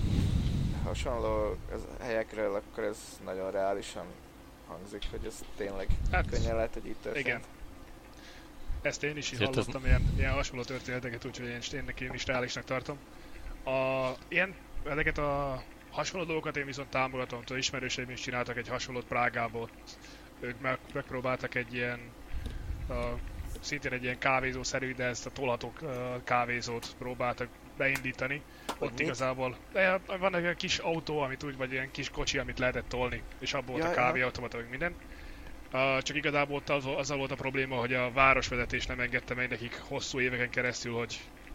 hasonló helyekről, akkor ez nagyon reálisan hangzik, hogy ez tényleg könnyen lehet, hogy így történt. Igen. Ezt én is Ezért hallottam, ilyen hasonló történeteket, úgyhogy én is reálisnak tartom. Ezeket a hasonló dolgokat én viszont támogatom, hogy ismerőseim is csináltak egy hasonlót Prágából. Ők megpróbáltak egy ilyen, szintén egy ilyen kávézószerű, de ezt a tolható kávézót próbáltak beindítani. Ott igazából van egy kis autó, amit úgy, vagy ilyen kis kocsi, amit lehetett tolni, és abból volt a kávéautomata, meg minden. Csak igazából ott azzal volt a probléma, hogy a városvezetés nem engedte meg nekik hosszú éveken keresztül,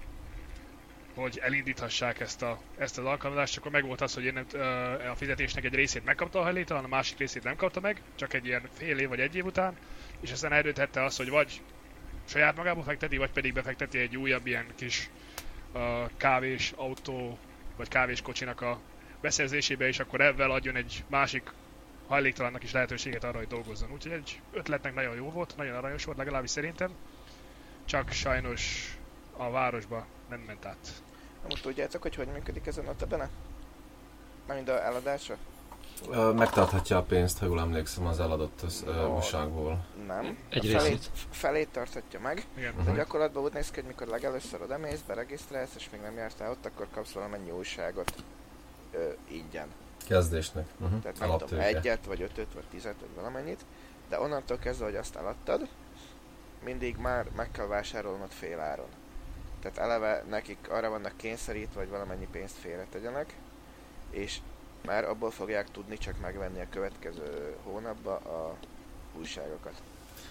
hogy elindíthassák ezt az alkalmazást, akkor meg volt az, hogy a fizetésnek egy részét megkapta a hajléktalan, a másik részét nem kapta meg, csak egy ilyen fél év vagy 1 év után, és aztán eldönthette azt, hogy vagy saját magába fekteti, vagy pedig befekteti egy újabb ilyen kis kávés autó, vagy kávés kocsinak a beszerzésébe, és akkor ebben adjon egy másik hajléktalannak is lehetőséget arra, hogy dolgozzon. Úgyhogy egy ötletnek nagyon jó volt, nagyon aranyos volt legalábbis szerintem, csak sajnos a városba nem ment át. Most tudjátok, hogy működik ez a notabene? Mármint a eladása? Megtarthatja a pénzt, ha jól emlékszem az eladott újságból. Nem. Egy felét tarthatja meg. Igen. De gyakorlatban úgy néz ki, hogy mikor legelőször odamész, beregisztrálsz, és még nem jártál ott, akkor kapsz valamennyi újságot ingyen. Kezdésnek. Tehát nem tudom, 1-et, vagy 5-öt, vagy 10-et, vagy valamennyit. De onnantól kezdve, hogy azt eladtad, mindig már meg kell vásárolnod féláron. Tehát eleve nekik arra vannak kényszerítve, hogy valamennyi pénzt félretegyenek, és már abból fogják tudni csak megvenni a következő hónapban a újságokat.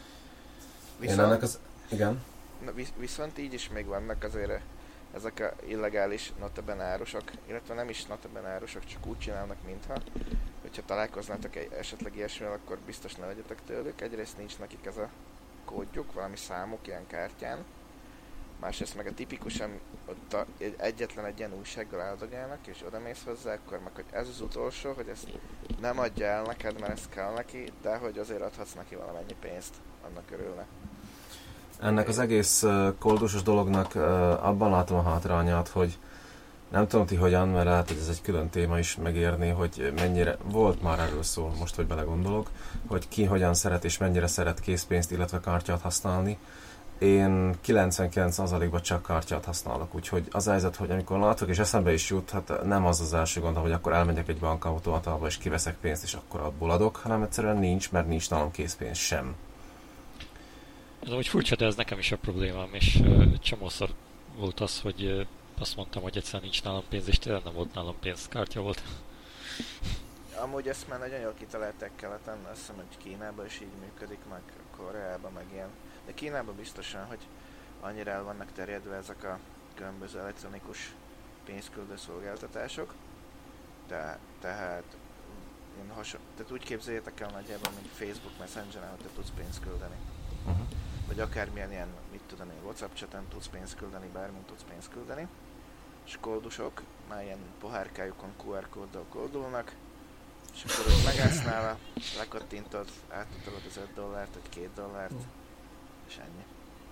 Igen. Viszont így is még vannak azért ezek a illegális notabene árusok, illetve nem is notabene árusok, csak úgy csinálnak, mintha. Hogyha találkoznátok esetleg ilyesmivel, akkor biztos ne legyetek tőlük. Egyrészt nincs nekik ez a kódjuk, valami számuk ilyen kártyán. Másrészt meg a tipikusan ott egyetlen egy ilyen újsággal áldogálnak, és odamész hozzá, akkor meg, hogy ez az utolsó, hogy ezt nem adja el neked, mert ez kell neki, de hogy azért adhatsz neki valamennyi pénzt, annak örülne. Ennek az egész koldusos dolognak abban látom a hátrányát, hogy nem tudom ti hogyan, mert lehet, hogy ez egy külön téma is megérni, hogy mennyire, volt már erről szó, most hogy belegondolok, hogy ki hogyan szeret és mennyire szeret készpénzt, illetve kártyát használni. Én 99%-ban csak kártyát használok, úgyhogy az a helyzet, hogy amikor látok és eszembe is jut, hát nem az az első gondom, hogy akkor elmegyek egy bankautomatába és kiveszek pénzt és akkor abból adok, hanem egyszerűen nincs, mert nincs nálam készpénz sem. Ez úgy furcsa, de ez nekem is a problémám, és csomószor volt az, hogy azt mondtam, hogy egyszerűen nincs nálam pénz, és tényleg nem volt nálam pénz, kártya volt. Amúgy ezt már nagyon jól kitalálták keleten, azt hiszem, hogy Kínában is így működik, meg Koreában, meg ilyen. De Kínában biztosan, hogy annyira el vannak terjedve ezek a különböző elektronikus pénzküldő szolgáltatások. Tehát úgy képzeljétek el nagyjából, mint Facebook Messengeren, hogy te tudsz pénzt küldeni. Vagy akármilyen ilyen, mit tudom én, WhatsApp chaten tudsz pénzt küldeni, bármint tudsz pénzt küldeni. És koldusok már ilyen pohárkájukon QR kóddal koldulnak, és akkor ott megállsz nála, lekattintod, átutalod az $5 vagy $2, és ennyi.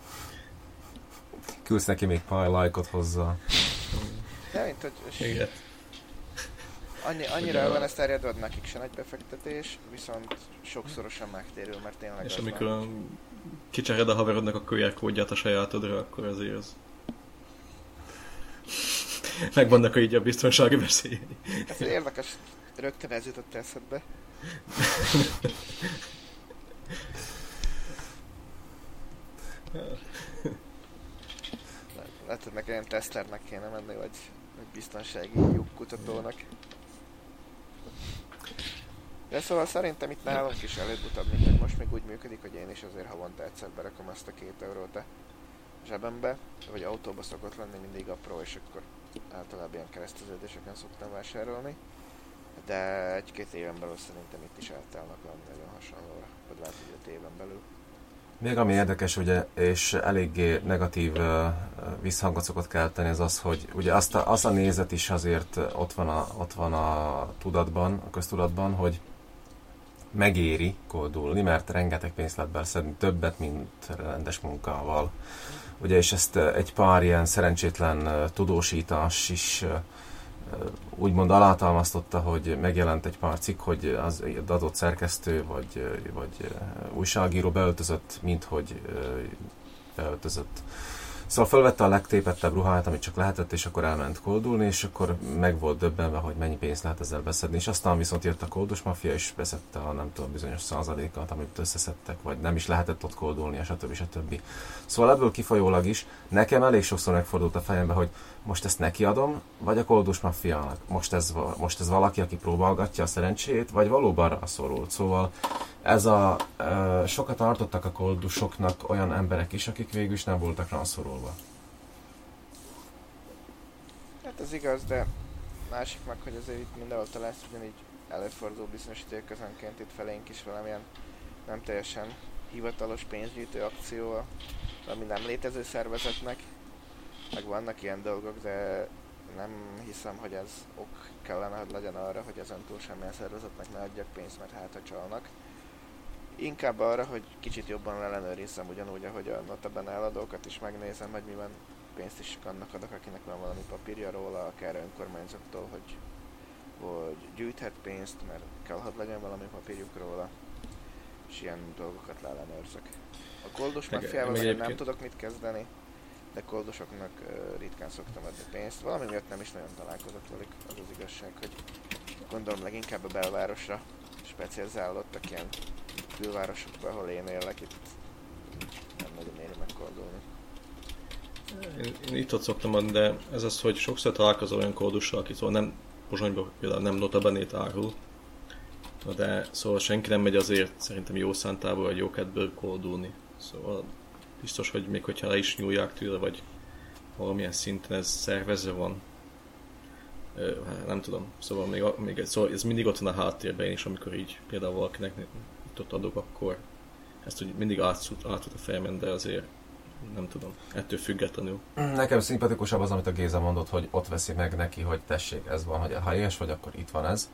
Küldsz neki még pár like-ot hozzá. De mint hogy... Igen. Annyira van ezt terjedve, hogy nekik se nagy befektetés, viszont sokszorosan megtérül, mert tényleg és az amikor van. kicsered a haverodnak a QR kódját a sajátodra, akkor azért az... Megvannak így a biztonsági veszélyei. Ez érdekes, rögtön ez jutott eszedbe. Lehet, hogy nekem ilyen teszternek kéne menni, vagy biztonsági lyukkutatónak. De szóval szerintem itt nálunk is előbb-utóbb, mint hogy most még úgy működik, hogy én is azért havonta egyszer berakom azt a 2 eurót a zsebembe, vagy autóba szokott lenni mindig apró, és akkor általában ilyen kereszteződéseken szoktam vásárolni. De 1-2 éven belül szerintem itt is eltelnek valami nagyon hasonlóra, vagy lehet, hogy 5 éven belül. Még ami érdekes, ugye, és eléggé negatív visszhangot szokott kelteni, az, hogy ugye az a nézet is azért ott van a tudatban, a köztudatban, hogy megéri koldulni, mert rengeteg pénzt lehet beszedni, többet, mint rendes munkával. Ugye, és ezt egy pár ilyen szerencsétlen tudósítás is úgymond alátámasztotta, hogy megjelent egy pár cikk, hogy az adott szerkesztő vagy újságíró beöltözött, minthogy beöltözött. Szóval felvette a legtépettebb ruháját, amit csak lehetett, és akkor elment koldulni, és akkor meg volt döbbenve, hogy mennyi pénzt lehet ezzel beszedni. És aztán viszont jött a koldus maffia, és beszedte a nem tudom bizonyos százalékat, amit összeszedtek, vagy nem is lehetett ott koldulni, stb. Szóval ebből kifolyólag is nekem elég sokszor megfordult a fejembe, hogy most ezt nekiadom, vagy a koldus maffiának. Most ez valaki, aki próbálgatja a szerencsét, vagy valóban rá szorult. Szóval sokat tartottak a koldusoknak olyan emberek is, akik végül is nem voltak rászorulva. Hát ez igaz, de másik meg, hogy azért itt mindenhol találsz ugyanígy előfordul bizonyos időközönként itt felénk is valamilyen nem teljesen hivatalos pénzgyűjtő akció, ami nem létező szervezetnek, meg vannak ilyen dolgok, de nem hiszem, hogy ez ok kellene, hogy legyen arra, hogy ezentúl semmilyen szervezetnek ne adjak pénzt, mert hát ha csalnak. Inkább arra, hogy kicsit jobban ellenőrizzem, ugyanúgy, ahogy a notabene eladókat is megnézem, hogy miben pénzt is annak adok, akinek van valami papírja róla, akár önkormányzattól, hogy gyűjthet pénzt, mert kell, hogy legyen valami papírjuk róla, és ilyen dolgokat leellenőrzök. A koldus maffiával nem tudok mit kezdeni, de koldusoknak ritkán szoktam adni pénzt. Valami miatt nem is nagyon találkozott velük, az az igazság, hogy gondolom leginkább a belvárosra specializálódtak ilyen külvárosokban, ahol én élek, itt nem nagyon éri megkoldulni. Én itt ott szoktam adni, de ez az, hogy sokszor találkozol olyan kódussal, aki szóval nem Pozsonyban például nem notabenét árul, de szóval senki nem megy azért szerintem jó szántából vagy jó kedvből kódulni. Szóval biztos, hogy még hogyha le is nyúlják tőle, vagy valamilyen szinten ez szervezve van, nem tudom, szóval szóval ez mindig ott van a háttérben is, amikor így például valakinek ott adok, akkor ezt úgy mindig átszút a fejemben, de azért nem tudom, ettől függetlenül. Nekem szimpatikusabb az, amit a Géza mondott, hogy ott veszi meg neki, hogy tessék, ez van, hogy ha ilyes vagy, akkor itt van ez.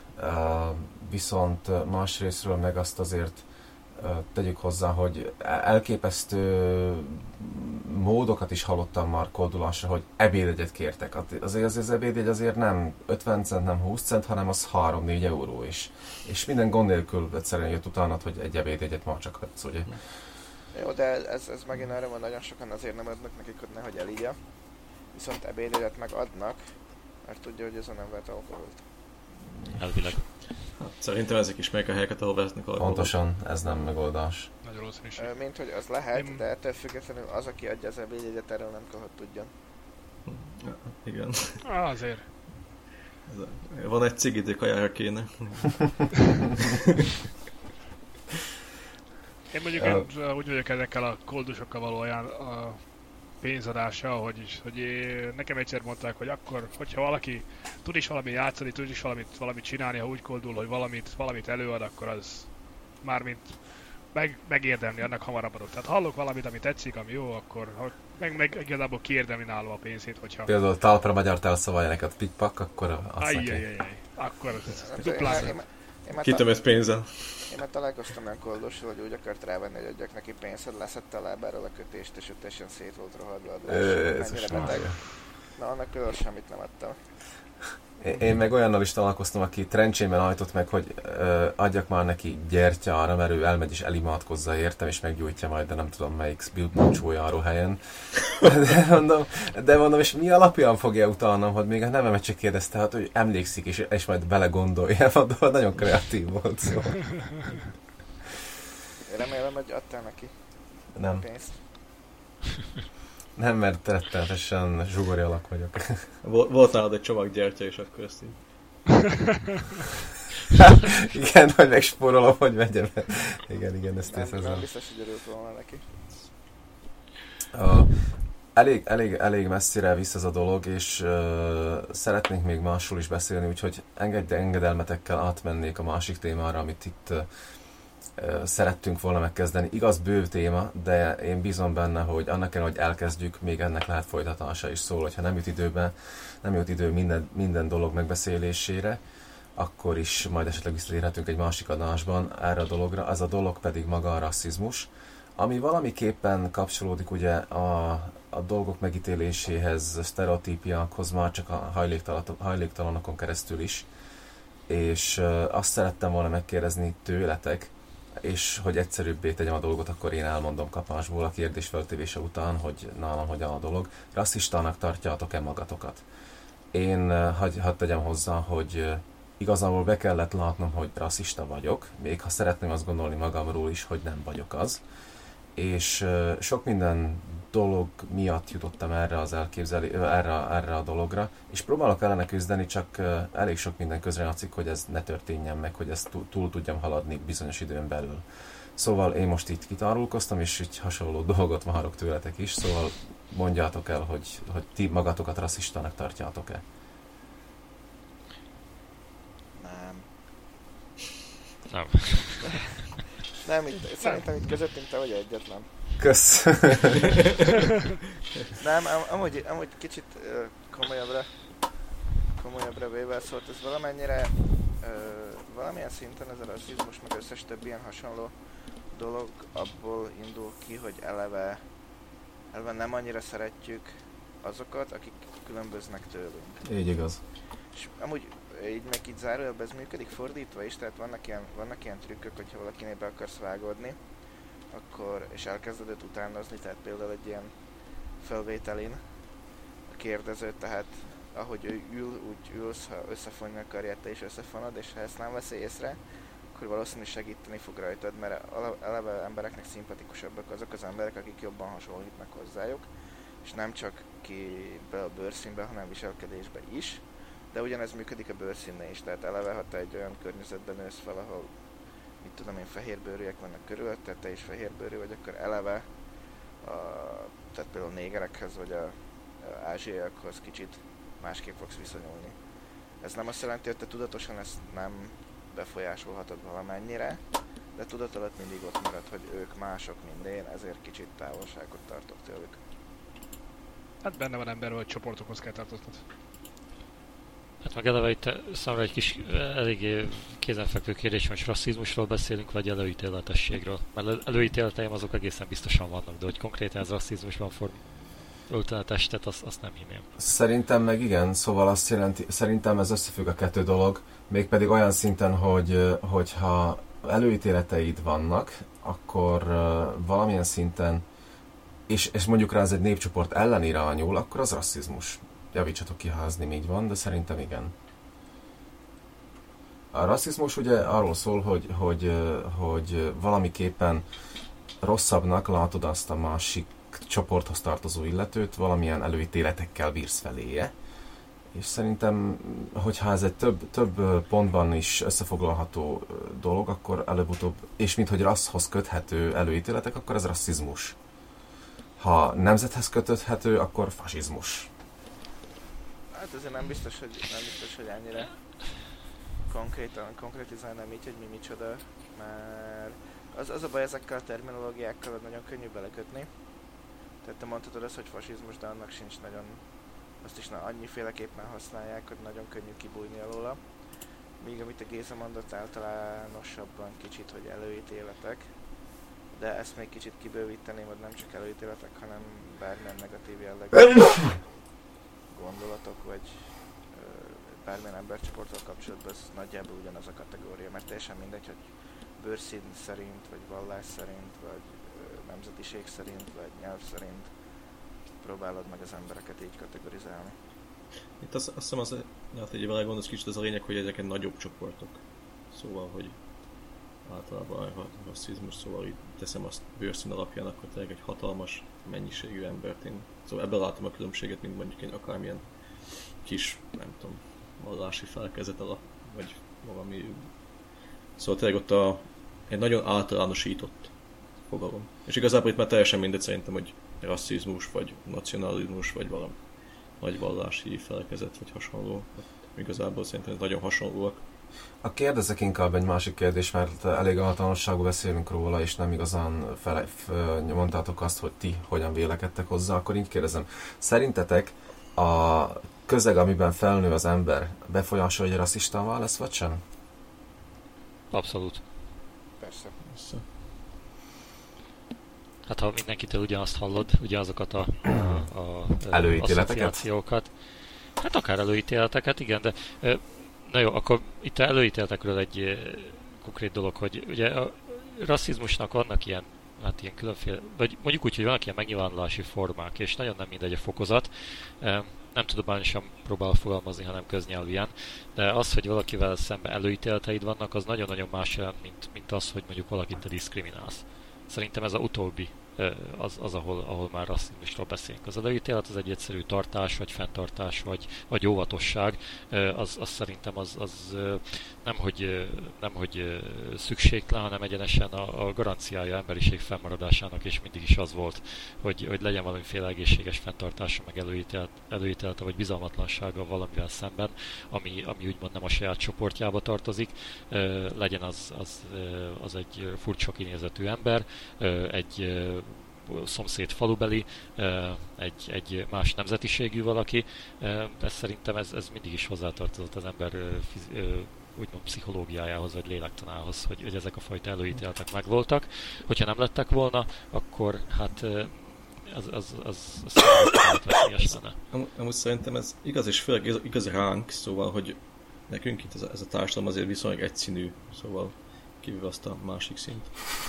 Viszont másrésztről meg azt azért tegyük hozzá, hogy elképesztő módokat is hallottam már koldulásra, hogy ebédjegyet kértek. Azért az ebédjegy azért nem 50 cent, nem 20 cent, hanem az 3-4 euró is. És minden gond nélkül egyszerűen jött utána, hogy egy ebédjegyet már csak adsz, ugye? Jó, de ez megint arra van, nagyon sokan azért nem adnak nekik, hogy nehogy elígya. Viszont ebédjegyet meg adnak, mert tudja, hogy azon nem vett alkoholt. Elvileg. Hát, szerintem ezek is melyik a helyeket, ahol vesznek alkoholt. Pontosan, ez nem megoldás. Nagyon rossz is. Mint hogy az lehet, de ettől függetlenül az, aki adja az ebédjegyet, erről nem kell, hogy tudjon. Ja, igen. Azért. Van egy cigit, de kajára kéne. Én mondjuk úgy vagyok ezekkel a koldusokkal való olyan a pénzadása, hogy nekem egyszer mondták, hogy akkor, hogyha valaki tud is valami játszani, tud is valamit csinálni, ha úgy koldul, hogy valamit előad, akkor az mármint megérdemli, annak hamarabb adok. Tehát hallok valamit, ami tetszik, ami jó, akkor meg igazából kiérdemli nálam a pénzét, hogyha... Például talpra magyar telszavalja neked pikpak, akkor azt neki. Akkor duplán. Kitömött pénzzel. Én már találkoztam olyan koldossal, hogy úgy akart rávenni, hogy adjak neki pénzt, hogy leszette a lábáról a kötést, és teljesen szét volt rohadva. Mennyire beteg. Na, annak például semmit nem adtam. Én meg olyannal is találkoztam, aki trencsében ajtott meg, hogy adjak már neki gyertyára, mert ő elmegy és elimádkozza értem, és meggyújtja majd, de nem tudom melyik bilbúcsójáró helyen. De mondom, és mi alapján fogja utána, hogy még a nevemet csak kérdezte, hát, hogy emlékszik, és majd belegondolja. Mondom, nagyon kreatív volt, szó. Remélem, hogy adtál neki nem. Pénzt. Nem, mert rettenetesen zsugori alak vagyok. Volt nálad egy csomag gyertya, és akkor ezt így... Igen, hogy megspórolom, hogy vegyem. Igen, ezt észrezem. Nem biztos, hogy örült volna neki. Elég messzire visz ez a dolog, és szeretnénk még másról is beszélni, úgyhogy engedelmetekkel átmennék a másik témára, amit itt szerettünk volna megkezdeni. Igaz, bőv téma, de én bízom benne, hogy annak ellenére, hogy elkezdjük, még ennek lehet folytatása is szól, hogyha nem jut idő minden dolog megbeszélésére, akkor is majd esetleg visszatérhetünk egy másik adásban erre a dologra. Ez a dolog pedig maga a rasszizmus, ami valamiképpen kapcsolódik ugye a dolgok megítéléséhez, sztereotípiákhoz, már csak a hajléktalanokon keresztül is. És azt szerettem volna megkérdezni tőletek, és hogy egyszerűbbé tegyem a dolgot, akkor én elmondom kapásból a kérdés feltévése után, hogy nálam hogyan a dolog. Rasszistának tartjátok-e magatokat? Én hadd tegyem hozzá, hogy igazából be kellett látnom, hogy rasszista vagyok, még ha szeretném azt gondolni magamról is, hogy nem vagyok az. És sok minden dolog miatt jutottam erre a dologra, és próbálok ellene küzdeni, csak elég sok minden közrejátszik, hogy ez ne történjen meg, hogy ezt túl tudjam haladni bizonyos időn belül. Szóval én most itt kitárulkoztam, és így hasonló dolgot várok tőletek is, szóval mondjátok el, hogy ti magatokat rasszistának tartjátok-e? Nem. Nem, szerintem itt közöttünk te vagy egyetlen. Kösz! Nem, amúgy kicsit komolyabbra véve szólt, ez valamennyire valamilyen szinten ez a rasszizmus, meg összes több ilyen hasonló dolog abból indul ki, hogy eleve nem annyira szeretjük azokat, akik különböznek tőlünk. Így igaz. És amúgy így meg itt zárójelben ez működik fordítva is, tehát vannak ilyen trükkök, hogyha valakinél be akarsz vágódni, akkor, és elkezded őt utánozni, tehát például egy ilyen felvételin a kérdezőt, tehát ahogy ő ül, úgy ülsz, ha összefonni a karját, te is összefonod, és ha ezt nem veszi észre, akkor valószínűleg segíteni fog rajtad, mert eleve embereknek szimpatikusabbak azok az emberek, akik jobban hasonlítnak hozzájuk, és nem csak a bőrszínbe, hanem viselkedésbe is. De ugyanez működik a bőrszínnél is, tehát eleve, ha te egy olyan környezetben nősz fel, ahol, mit tudom én, fehérbőrűek vannak körülötted, te is fehérbőrű vagy, akkor eleve, tehát például négerekhez vagy a ázsiaiakhoz kicsit másképp fogsz viszonyulni. Ez nem azt jelenti, hogy te tudatosan ezt nem befolyásolhatod valamennyire, de tudat alatt mindig ott marad, hogy ők mások, mint én, ezért kicsit távolságot tartok tőlük. Hát benne van ember, hogy csoportokhoz kell tartoznod. Hát meg eleve itt számomra egy kis eléggé kézenfekvő kérdés, most rasszizmusról beszélünk, vagy előítéletességről. Mert előítéleteim azok egészen biztosan vannak, de hogy konkrétan ez rasszizmusban öltene testet, azt nem hinném. Szerintem meg igen, szóval azt jelenti, szerintem ez összefügg a kettő dolog, mégpedig olyan szinten, hogy ha előítéleteid vannak, akkor valamilyen szinten, és mondjuk rá ez egy népcsoport ellen irányul, akkor az rasszizmus. Javítsatok ki, ha ez nem így van, de szerintem igen. A rasszizmus ugye arról szól, hogy valamiképpen rosszabbnak látod azt a másik csoporthoz tartozó illetőt, valamilyen előítéletekkel bírsz feléje. És szerintem, hogyha ez egy több pontban is összefoglalható dolog, akkor előbb-utóbb, és minthogy rasszhoz köthető előítéletek, akkor ez rasszizmus. Ha nemzethez köthető, akkor fasizmus. Hát azért nem biztos, hogy ennyire konkrétizálnám így, hogy mi micsoda, mert az a baj ezekkel a terminológiákkal, hogy nagyon könnyű belekötni. Tehát te mondhatod azt, hogy fasizmus, de annak sincs nagyon, azt is annyiféleképpen használják, hogy nagyon könnyű kibújni alóla. Míg amit a Géza mondott, általánosabban kicsit, hogy előítéletek, de ezt még kicsit kibővíteném, hogy nem csak előítéletek, hanem bármilyen negatív jellegű gondolatok, vagy bármilyen embercsoporttal kapcsolatban, ez nagyjából ugyanaz a kategória, mert teljesen mindegy, hogy bőrszín szerint, vagy vallás szerint, vagy nemzetiség szerint, vagy nyelv szerint próbálod meg az embereket így kategorizálni. Itt azt hiszem, hát egy gondolsz kicsit, az a lényeg, hogy ezek nagyobb csoportok. Szóval, hogy általában a rasszizmus, szóval így teszem azt bőrszín alapján, akkor tényleg egy hatalmas mennyiségű embert én. Szóval ebben látom a különbséget, mint mondjuk én akármilyen kis, nem tudom, vallási felekezet alatt, vagy valami... Szóval tényleg ott egy nagyon általánosított fogalom. És igazából itt már teljesen mindegy szerintem, hogy rasszizmus, vagy nacionalizmus, vagy valami nagy vallási felekezet, vagy hasonló. Igazából szerintem ez nagyon hasonlóak. Kérdezek inkább egy másik kérdés, mert elég általánosságban beszélünk róla, és nem igazán mondtátok azt, hogy ti hogyan vélekedtek hozzá, akkor így kérdezem. Szerintetek a közeg, amiben felnő az ember, befolyásolja, hogy rasszistává lesz, vagy sem? Abszolút. Persze. Hát ha mindenkitől ugyanazt hallod, ugyanazokat a előítéleteket? asszociációkat. Hát akár előítéleteket, igen, de na jó, akkor itt előítéletekről egy konkrét dolog, hogy ugye a rasszizmusnak vannak ilyen, hát ilyen különféle, vagy mondjuk úgy, hogy vannak ilyen megnyilvánulási formák, és nagyon nem mindegy a fokozat. Nem tudományosan próbál fogalmazni, hanem köznyelvűen, de az, hogy valakivel szemben előítéleteid vannak, az nagyon-nagyon más jelent, mint az, hogy mondjuk valakit te diszkriminálsz. Szerintem ez a utóbbi az ahol már rasszizmusról beszélünk. Az előítélet az egy egyszerű tartás, vagy fenntartás, vagy óvatosság, az szerintem az nem hogy szükségtelen, hanem egyenesen a garanciája emberiség fennmaradásának, és mindig is az volt, hogy legyen valamiféle egészséges fenntartása, meg előítélete, vagy bizalmatlansága valamivel szemben, ami úgymond nem a saját csoportjába tartozik, legyen az egy furcsa kinézetű ember, egy szomszéd falubeli, egy más nemzetiségű valaki. Ez szerintem ez mindig is hozzátartozott az ember úgymond pszichológiájához, vagy lélektanához, hogy ezek a fajta előítéletek megvoltak. Hogyha nem lettek volna, akkor hát az veszélyes lenne. Amúgy szerintem ez igaz, és főleg igaz ránk, szóval, hogy nekünk itt ez a társadalom azért viszonylag egyszínű, szóval kivéve azt a másik szint.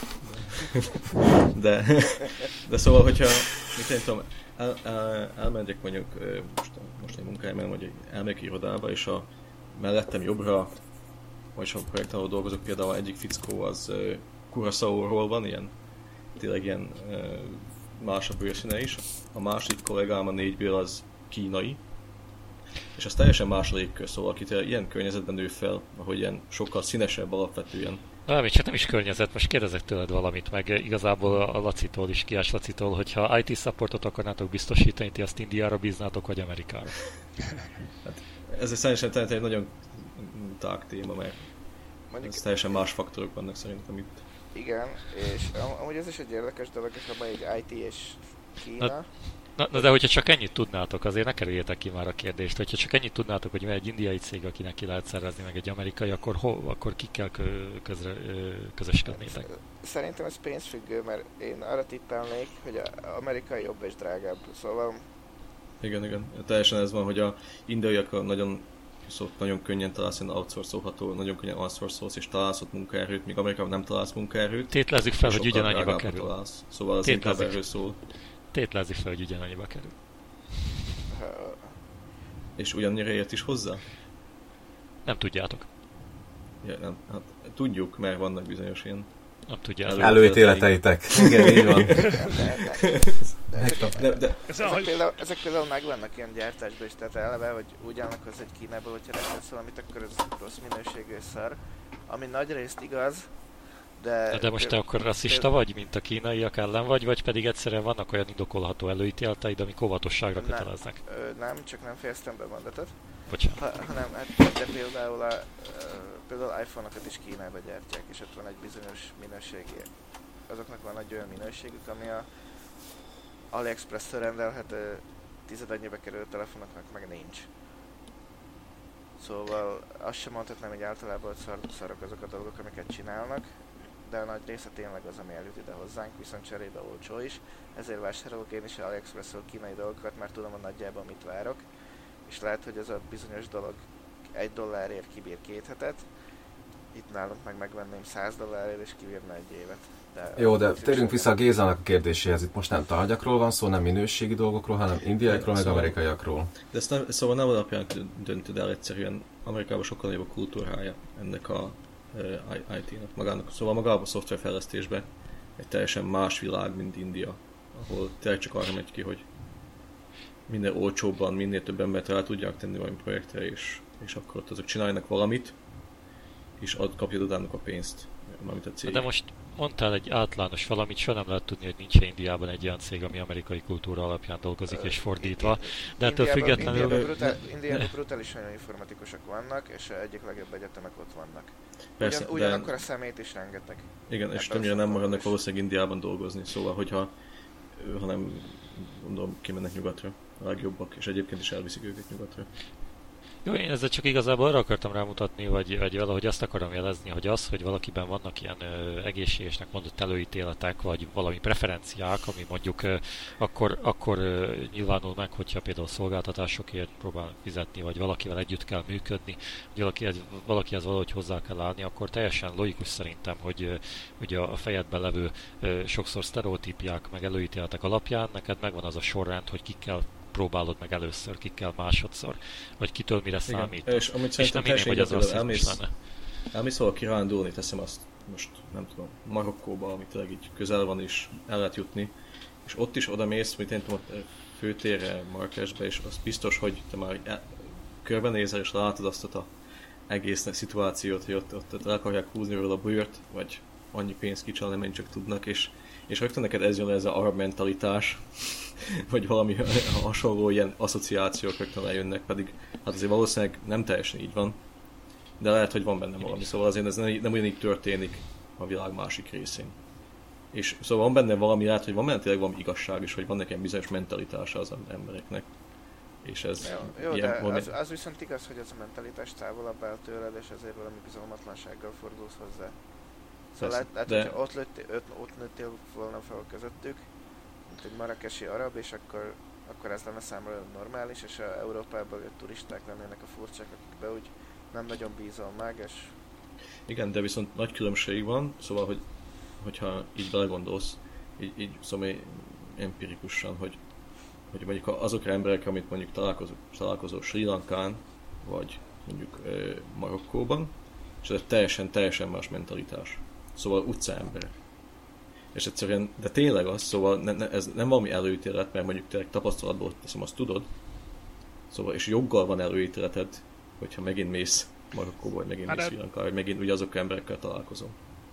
De szóval, hogyha mit tudom, elmegyek mondjuk most egy munkájában, vagy elmegyek irodába, és a mellettem jobbra, vagy a projekt, ahol dolgozok, például egyik fickó az Curaçao-ról van, ilyen, tényleg ilyen más a bőrszíne is. A másik kollégám a 4-ből az kínai, és az teljesen más a légkör, szóval aki ilyen környezetben nő fel, ahogy ilyen sokkal színesebb alapvetően. Csak nem is környezet, most kérdezek tőled valamit, meg igazából a Lacitól is, Kiás Lacitól, hogyha IT supportot akarnátok biztosítani, ti azt Indiára bíznátok, vagy Amerikára? Hát, ez szerintem egy nagyon tág téma, mert mondjuk ez teljesen más faktorok vannak szerintem itt. Igen, és amúgy ez is egy érdekes dolog, és abban egy IT és Kína. Na de hogyha csak ennyit tudnátok, azért ne kerüljétek ki már a kérdést, hogyha csak ennyit tudnátok, hogy van egy indiai cég, akinek ki lehet szervezni, meg egy amerikai, akkor kikkel közösködnétek? Szerintem ez pénzfüggő, mert én arra tippelnék, hogy az amerikai jobb és drágább, szóval... Igen. Teljesen ez van, hogy a indiaiak nagyon könnyen találsz ilyen outsourcolható, nagyon könnyen outsourcolsz és találsz ott munkaerőt, míg Amerikában nem találsz munkaerőt. Tételezzük fel, hogy ugyanannyiba kerül. Találsz. Szóval az inkább erről szól. Tételezzük fel, hogy ugyanannyiba kerül. És ugyannyira ért is hozzá? Nem tudjátok. Ja, nem. Hát, tudjuk, mert vannak bizonyos ilyen... Nem tudjátok. Előítéleteitek. Igen, így van. Ezek például megvannak ilyen gyártásban is, tehát eleve, hogy úgy állnak hozzá egy Kínából, hogyha rendelsz valamit, akkor ez rossz minőségű szar. Ami nagy részt igaz, de most te akkor rasszista vagy, mint a kínaiak ellen vagy pedig egyszerűen vannak olyan indokolható előítéleteid, amik óvatosságra köteleznek? Nem, csak nem fejeztem be mondatot. Bocsánat. Hanem, de például iPhone-okat is Kínában gyártják, és ott van egy bizonyos minőségi. Azoknak van egy olyan minőségük, ami a AliExpress-től rendelhető 10 annyiba kerülő telefonoknak meg nincs. Szóval azt sem mondhatnám, hogy általában szarok azok a dolgok, amiket csinálnak, de a nagy része tényleg az, ami eljut ide hozzánk, viszont cserébe olcsó is. Ezért vásárolok én is AliExpress-ről kínai dolgokat, mert tudom, hogy nagyjából mit várok. És lehet, hogy ez a bizonyos dolog $1 kibír 2 hetet. Itt nálunk megvenném $100 és kibírna 1 évet. Jó, de térjünk vissza a Gézának a kérdéséhez. Itt most nem tárgyakról van szó, nem minőségi dolgokról, hanem indiaiakról, meg amerikaiakról. De ezt szóval nem alapján döntöd el egyszerűen. Amerikában sokkal nagyobb a kultúrája ennek a IT-nak magának. Szóval magában a szoftverfejlesztésben egy teljesen más világ, mint India, ahol tényleg csak arra megy ki, hogy minél olcsóbban, minél több embert rá tudják tenni valami projektre, és és akkor ott azok csinálnak valamit, és kapjad utána a pénzt, amit a cég. De most mondtál egy általános valamit, soha nem lehet tudni, hogy nincs Indiában egy olyan cég, ami amerikai kultúra alapján dolgozik, és fordítva. De ettől függetlenül... Indiában brutális olyan informatikusok vannak, és egyik legjobb egyetemek ott vannak. Persze, ugyanakkor a szemét is rengeteg. Igen, és többnyire nem maradnak valószínűleg Indiában dolgozni, szóval hanem mondom, kimennek nyugatra, a legjobbak, és egyébként is elviszik őket nyugatra. Jó, én ezzel csak igazából arra akartam rámutatni, vagy valahogy azt akarom jelezni, hogy az, hogy valakiben vannak ilyen egészségesnek mondott előítéletek, vagy valami preferenciák, ami mondjuk akkor nyilvánul meg, hogyha például szolgáltatásokért próbál fizetni, vagy valakivel együtt kell működni, vagy valakihez valahogy hozzá kell állni, akkor teljesen logikus szerintem, hogy ugye a fejedben levő sokszor sztereotípiák, meg előítéletek alapján neked megvan az a sorrend, hogy kikkel próbálod meg először, kikkel másodszor, vagy kitől mire számít. És amit szerintem teljesen igazolod, elmész valahol kirándulni, teszem azt most, nem tudom, Marokkóba, ami tényleg így közel van, és el lehet jutni, és ott is oda mész, mint én tudom, főtérre, Marrakesbe, és az biztos, hogy te már körbenézel, és látod azt az egész szituációt, hogy ott el akarják húzni róla a bőrt, vagy annyi pénzt kicsalni, amennyit csak tudnak, és rögtön neked ez jön ez az arab mentalitás, vagy valami hasonló ilyen asszociációk rögtön eljönnek, pedig hát azért valószínűleg nem teljesen így van, de lehet, hogy van benne valami, szóval azért ez nem ugyanígy történik a világ másik részén. És szóval van benne valami, lehet, hogy van benne tényleg valami igazság is, hogy van nekem bizonyos mentalitása az embereknek. És ez jó de az viszont igaz, hogy ez a mentalitás távolabb áll tőled, és ezért valami bizalmatlansággal fordulsz hozzá. Szóval lehet, hogyha ott nőttél volna fel közöttük, mint egy marrakesi arab, és akkor ez lenne számomra normális, és Európából jött turisták lennének a furcsák, akikbe úgy nem nagyon bízol meg, és... Igen, de viszont nagy különbség van, szóval, hogyha így belegondolsz, így szóval empirikusan, hogy mondjuk azokra emberek, amit mondjuk találkozol Sri Lankán, vagy mondjuk Marokkóban, és ez teljesen más mentalitás. Szóval utcaemberek. És egyszerűen, de tényleg az, szóval ez nem valami előítélet, mert mondjuk tényleg tapasztalatból teszem, azt tudod. Szóval, és joggal van előítéleted, hogyha megint mész Marokkóba, vagy megint mész Sri Lankába, vagy megint ugye azok emberekkel találkozol.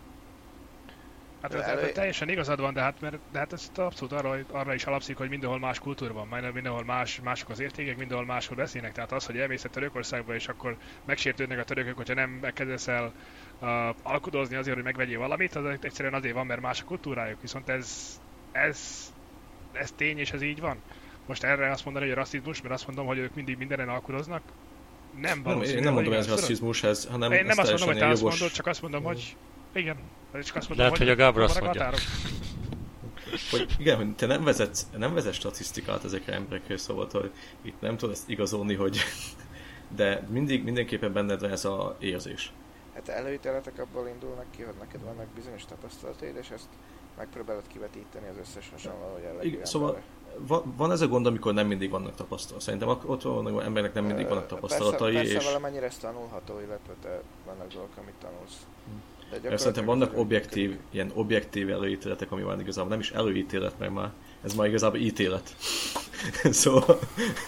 Hát teljesen igazad van, de hát ez abszolút arra is alapszik, hogy mindenhol más kultúra van, mindenhol mások az értékek, mindenhol máshol beszélnek. Tehát az, hogy elmész a Törökországba, és akkor megsértődnek a törökök, hogyha nem kezdesz el alkudozni azért, hogy megvegyél valamit, az egyszerűen azért van, mert más a kultúrájuk. Viszont ez tény, és ez így van. Most erre azt mondani, hogy a rasszizmus, mert azt mondom, hogy ők mindig mindenen alkudoznak. Nem valószínű. Én nem mondom, hogy ez rasszizmus, hanem én nem azt mondom, hogy te azt mondod, csak azt mondom, hogy igen. Csak azt mondom, lehet, hogy a Gábor azt mondja. Hogy igen, hogy te nem vezetsz statisztikát ezekre emberekhez, szóval, hogy itt nem tudod ezt igazolni, hogy... De mindenképpen benned van ez az érzés. Hát előítéletek abból indulnak ki, hogy neked vannak bizonyos tapasztalataid, és ezt megpróbálod kivetíteni az összes hasonló jellegű szóval van ez a gond, amikor nem mindig vannak tapasztalatai. Szerintem ott van, embernek nem mindig vannak tapasztalatai. Persze valamennyire ez tanulható, illetve te vannak dolgok, amit tanulsz. Szerintem vannak ilyen objektív előítéletek, ami van igazából nem is előítélet, mert ez már igazából ítélet. Szóval...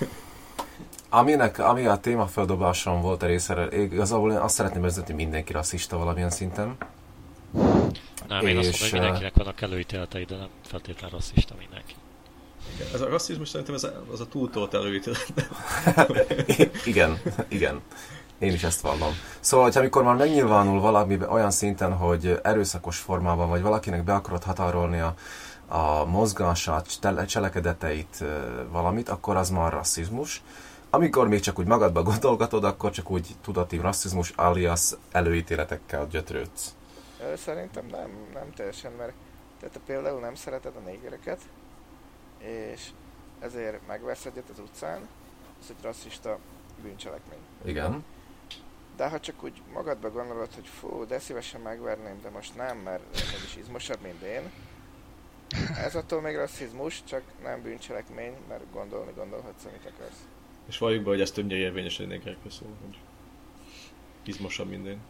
Ami a témafeldobáson volt a részéről, igazából én azt szeretném vezetni, mindenki rasszista valamilyen szinten. Nem, én azt mondom, hogy mindenkinek vannak előítéletei, de nem feltétlenül rasszista mindenki. Ez a rasszizmus szerintem az a túltolt előítélet. Igen. Én is ezt vallom. Szóval, hogyha amikor már megnyilvánul valami olyan szinten, hogy erőszakos formában, vagy valakinek be akarod határolni a mozgását, cselekedeteit, valamit, akkor az már rasszizmus. Amikor még csak úgy magadba gondolgatod, akkor csak úgy tudatív rasszizmus alias előítéletekkel gyötrődsz. Szerintem nem teljesen, mert te például nem szereted a négereket, és ezért megversz egyet az utcán, ez egy rasszista bűncselekmény. Igen. De ha csak úgy magadba gondolod, hogy fú, de szívesen megverném, de most nem, mert mégis izmosabb, mint én. Ez attól még rasszizmus, csak nem bűncselekmény, mert gondolhatsz, amit akarsz. És valljuk be, hogy ez többnyire érvényes egy négerekre szól, hogy izmosabb, mint én.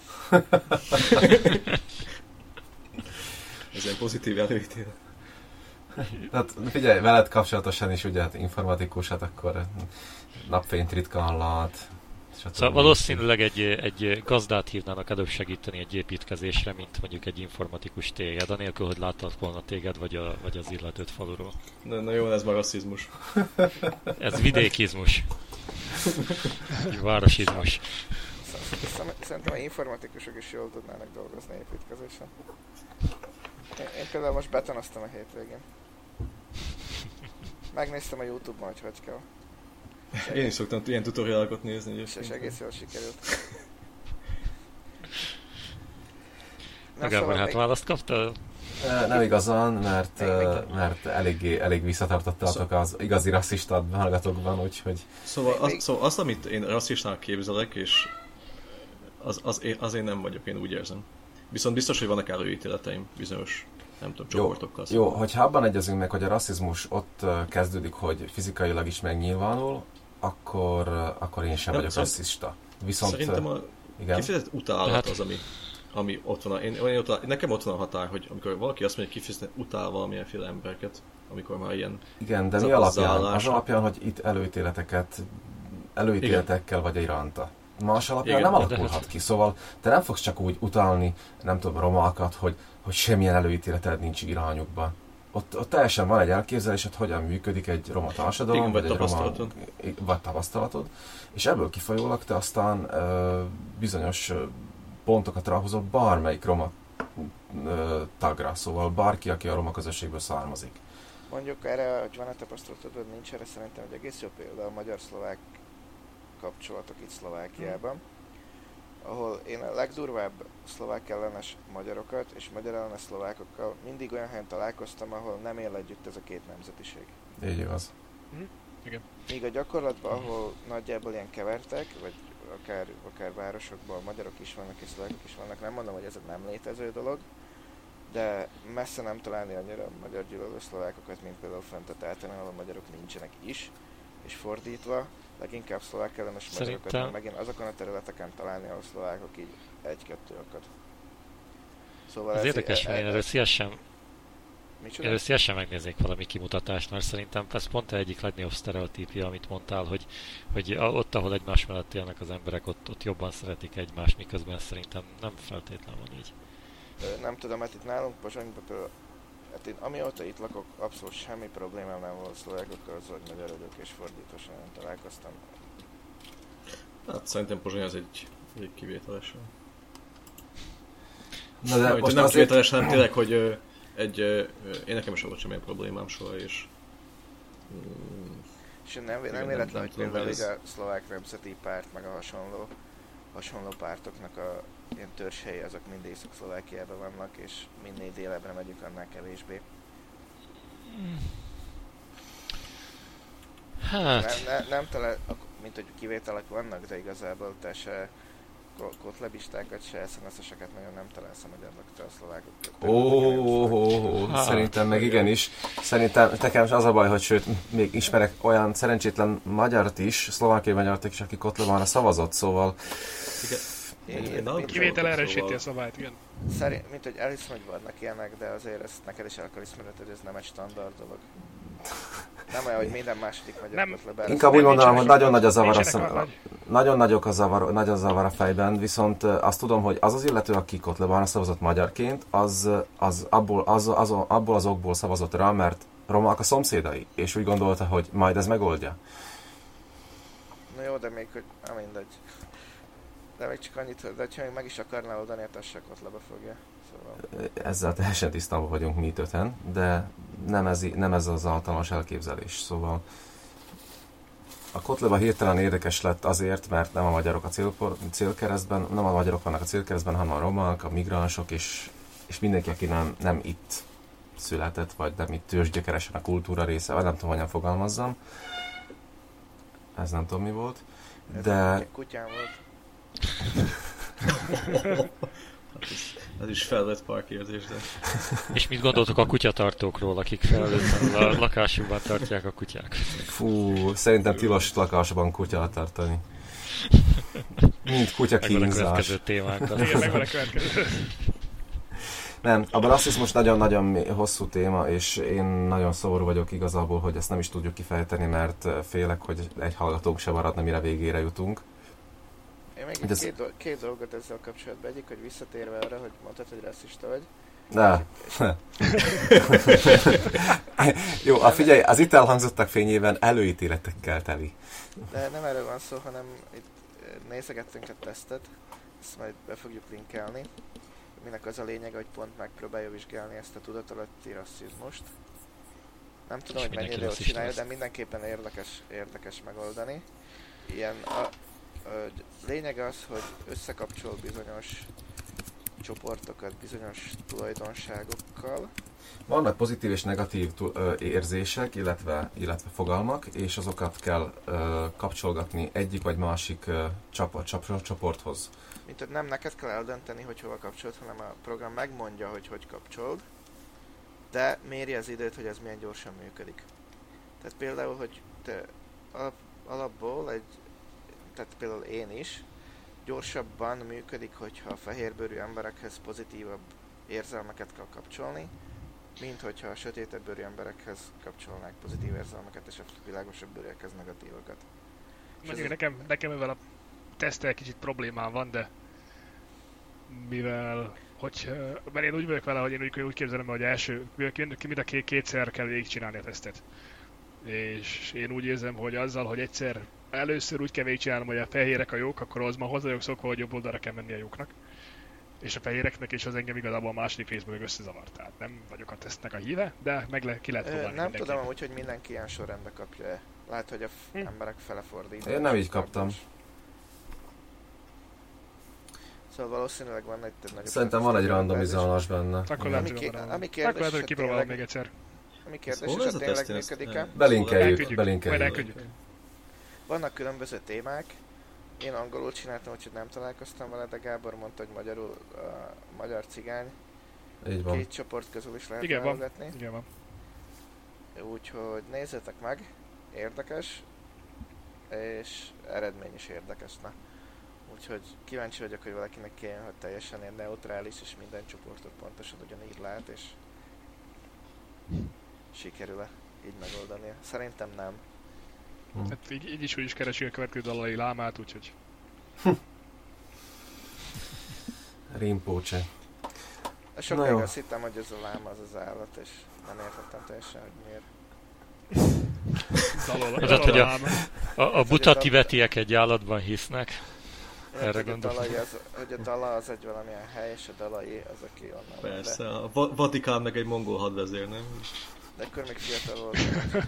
Ez egy pozitív előítélet. Hát figyelj, veled kapcsolatosan is ugye hát informatikus, hát akkor napfényt ritkán lát, Szóval valószínűleg egy gazdát hívnának előbb segíteni egy építkezésre, mint mondjuk egy informatikus téged, anélkül, hogy láttak volna téged, vagy az illetőt faluról. Na jó, ez már rasszizmus. Ez vidékizmus. Városizmus. Szerintem a informatikusok is jól tudnának dolgozni építkezésen. Én például most betonoztam a hétvégén. Megnéztem a YouTube-ban, hogy kell. Én is szoktam ilyen tutorialokat nézni. És egész jól sikerült. Gábor, hát választ kaptál? Nem igazán, mert elég visszatartottátok az igazi rasszista hallgatókban, úgyhogy... Szóval azt, amit én rasszistának képzelek, és az én nem vagyok, én úgy érzem. Viszont biztos, hogy vannak előítéleteim bizonyos, nem tudom, csoportokkal. Jó, hogyha abban egyezünk meg, hogy a rasszizmus ott kezdődik, hogy fizikailag is megnyilvánul, akkor én sem vagyok rasszista. Viszont, szerintem a kifejezett utálat az, ami ott van. Nekem ott van a határ, hogy amikor valaki azt mondja, hogy kifejezetten utál valamilyenféle embereket, amikor már ilyen... Igen, de mi alapján? Az alapján, hogy itt előítéletekkel vagy iránta. Más alapján nem alakulhat ki, szóval te nem fogsz csak úgy utálni, nem tudom, romákat, hogy semmilyen előítéleted nincs irányukban. Ott teljesen van egy elképzelésed, hogyan működik egy roma társadalom, vagy tapasztalatod, és ebből kifolyólag te aztán bizonyos pontokat ráhozol bármelyik roma tagra, szóval bárki, aki a roma közösségből származik. Mondjuk erre, hogy van-e tapasztalatod, vagy nincs erre, szerintem egy egész jó példa a magyar-szlovák kapcsolatok itt Szlovákiában, ahol én a legdurvább szlovák ellenes magyarokat és magyar ellenes szlovákokkal mindig olyan helyen találkoztam, ahol nem él együtt ez a két nemzetiség. Így igaz. Igen. Míg a gyakorlatban, ahol nagyjából ilyen kevertek, vagy akár városokban magyarok is vannak és szlovákok is vannak, nem mondom, hogy ez egy nem létező dolog, de messze nem találni annyira magyar gyűlölő szlovákokat, mint például fent a Tátán, ahol a magyarok nincsenek is, és fordítva, leginkább szlovák ellenes magyarokat, mert megint azokon a területeken találni, ahol szlovákok így egy-kettő akad. Szóval ez érdekes, hogy én erről szívesen megnéznék valami kimutatást, mert szerintem ez pont egyik legnagyobb sztereotípia, amit mondtál, hogy ott, ahol egymás mellett élnek az emberek, ott jobban szeretik egymást, miközben szerintem nem feltétlenül van így. Nem tudom, hát itt nálunk Pozsonyban például, hát én amióta itt lakok, abszolút semmi problémám nem volt szlovákokkal, az, hogy magyar vagyok, és fordítva sem nem találkoztam. Hát szerintem Pozsony az egy kivételes. Na de most nem kivételes, hanem tényleg, hogy én nekem sem volt semmilyen problémám soha, és nem véletlen, hogy például a szlovák nemzeti párt, meg a hasonló pártoknak a ilyen törzshelyi, azok mind Észak-Szlovákiában vannak, és minél délebbre megyünk, annál kevésbé. Hát... Nem talán, mint hogy kivételek vannak, de igazából te se kotlebistákat, se SZNSZ-eseket nagyon nem találsz a magyar a szlovákok. Szerintem meg igenis. Szerintem nekem az a baj, hogy sőt, még ismerek olyan szerencsétlen magyart is, szlovákiai magyart is, aki Kotlebára szavazott, szóval... Kivétel erősíti a szabályt, igen. Mint hogy elhiszem, hogy vannak ilyenek, de azért ezt neked is el kell ismered, hogy ez nem egy standard dolog. Nem olyan, hogy minden második magyar Kotlebára. Inkább úgy mondanám, hogy nagyon nagy a zavar nagyon zavar a fejben, viszont azt tudom, hogy az illető, aki Kotlebára szavazott magyarként, az abból az okból szavazott rá, mert romák a szomszédai, és úgy gondolta, hogy majd ez megoldja. Na jó, de még hogy... mindegy. De még csak annyit, de ha még meg is akarná oldani, hát az se Kotleba fogja. Szóval... Ezzel teljesen tisztában vagyunk mi öten, de nem ez az általános elképzelés. Szóval a Kotleba hirtelen érdekes lett azért, mert nem a magyarok a célkeresztben, nem a magyarok vannak a célkeresztben, hanem a romák, a migránsok, és mindenki, aki nem itt született, vagy nem itt ősgyökeresen a kultúra része, vagy nem tudom, hogyan fogalmazzam. Ez nem tudom, mi volt. De... Kutyám volt. Ez is felvett parkérzés, de... És mit gondoltok a kutyatartókról, akik felelőtlenül a lakásukban tartják a kutyák? Fú, szerintem tilos lakásban kutyát tartani. Mint kutyakínzás. Megvan a következő témánkat. Igen, megvan a következő. Nem, a rasszizmus nagyon-nagyon hosszú téma, és én nagyon szomorú vagyok igazából, hogy ezt nem is tudjuk kifejteni, mert félek, hogy egy hallgatónk sem maradna, mire végére jutunk. még két dolgot ezzel kapcsolatban. Egyik, hogy visszatérve arra, hogy mondtad, hogy rasszista vagy. De. Jó, figyelj, az itt elhangzottak fényében előítéletekkel teli. De nem erről van szó, hanem itt nézegettünk a tesztet, ezt majd be fogjuk linkelni. Minek az a lényeg, hogy pont megpróbálja vizsgálni ezt a tudatalatti rasszizmust. Nem tudom, hogy mennyire jól csinálja, de mindenképpen érdekes megoldani. Ilyen a lényeg az, hogy összekapcsol bizonyos csoportokat bizonyos tulajdonságokkal. Vannak pozitív és negatív érzések, illetve fogalmak, és azokat kell kapcsolgatni egyik vagy másik csoporthoz. Mint hogy nem neked kell eldönteni, hogy hova kapcsolod, hanem a program megmondja, hogy kapcsolod, de méri az időt, hogy ez milyen gyorsan működik. Tehát például, hogy te alapból tehát például én is, gyorsabban működik, hogyha a fehérbőrű emberekhez pozitívabb érzelmeket kell kapcsolni, mint hogyha a sötétebbőrű emberekhez kapcsolnák pozitív érzelmeket, és a világosabb bőrűekhez negatívakat. Mondjuk nekem ezzel a tesztel kicsit problémám van, de mivel, mert én úgy vagyok vele, hogy én úgy képzelem, hogy mind a kétszer kell végigcsinálni a tesztet. És én úgy érzem, hogy azzal, hogy először úgy kell végigcsinálnom, hogy a fehérek a jók, akkor az már hozzá vagyok szokva, hogy jobb oldalra kell menni a jóknak. És a fehéreknek, és az engem igazából a második részből meg összezavart. Tehát nem vagyok a tesztnek a híve, de ki lehet próbálni. Nem tudom amúgy, hogy mindenki ilyen sorrendbe kapja-e. Lehet, hogy a emberek fele fordítják. Én nem így kaptam. Szóval valószínűleg van egy nagyobb... Szerintem van egy randomizálás benne. Akkor lehet, hogy kipróbálom még egyszer. Ami kérdés, hogy tényleg működik-e? Belinkeljük. Vannak különböző témák. Én angolul csináltam, úgyhogy nem találkoztam vele, de Gábor mondta, hogy magyarul a magyar cigány. Így van. Két csoport közül is lehet válogatni. Igen van. Úgyhogy nézzétek meg, érdekes, és eredmény is érdekes. Na. Úgyhogy kíváncsi vagyok, hogy valakinek kijön, hogy teljesen ilyen neutrális, és minden csoportot pontosan ugyanígy lát, és sikerül-e így megoldania. Szerintem nem. Hát így is, hogy is keresi a következő dalai lámát, úgyhogy... Rinpoche. Sokáig azt hittem, hogy ez a láma az állat, és nem értettem teljesen, hogy miért. Tehát, hogy a buta tibetiek egy állatban hisznek. Erre gondolom. Hogy a Dala az egy valamilyen hely, és a Dalai az, aki onnan. Persze, de... a Vatikán meg egy mongol hadvezér, nem? De akkor még fiatal volt.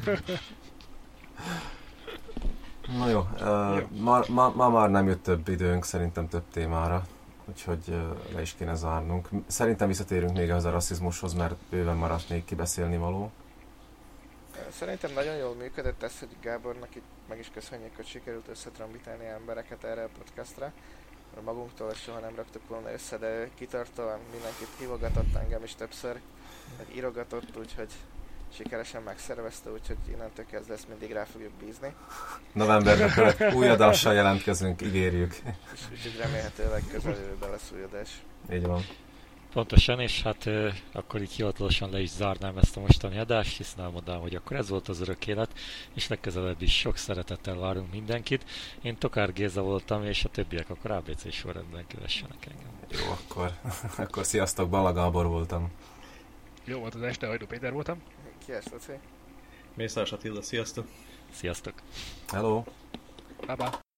Na jó, ma már nem jött több időnk, szerintem több témára, úgyhogy le is kéne zárnunk. Szerintem visszatérünk még az a rasszizmushoz, mert bőven maradt még kibeszélni való. Szerintem nagyon jól működött ez, hogy Gábornak itt meg is köszönjük, hogy sikerült összetrombitálni embereket erre a podcastra. Mert magunktól soha nem raktuk volna össze, de kitartóan mindenkit hívogatott, engem is többször, meg írogatott, úgyhogy sikeresen megszervezte, úgyhogy innentől kezdve ezt mindig rá fogjuk bízni. Novemberben új adással jelentkezünk, ígérjük. Úgyhogy remélhetőleg közelőben lesz új adás. Így van. Pontosan, és hát akkor így hivatalosan le is zárnám ezt a mostani adást, hiszen elmondanám, hogy akkor ez volt az örök élet, és legközelebb is sok szeretettel várunk mindenkit. Én Tokár Géza voltam, és a többiek akkor ABC sorrendben kövessenek engem. Jó, akkor sziasztok, Balla Gábor voltam. Jó volt az este, Hajdú Péter voltam. Ki ez, Laci? Mészáros Attila, sziasztok! Sziasztok! Hello! Bye-bye!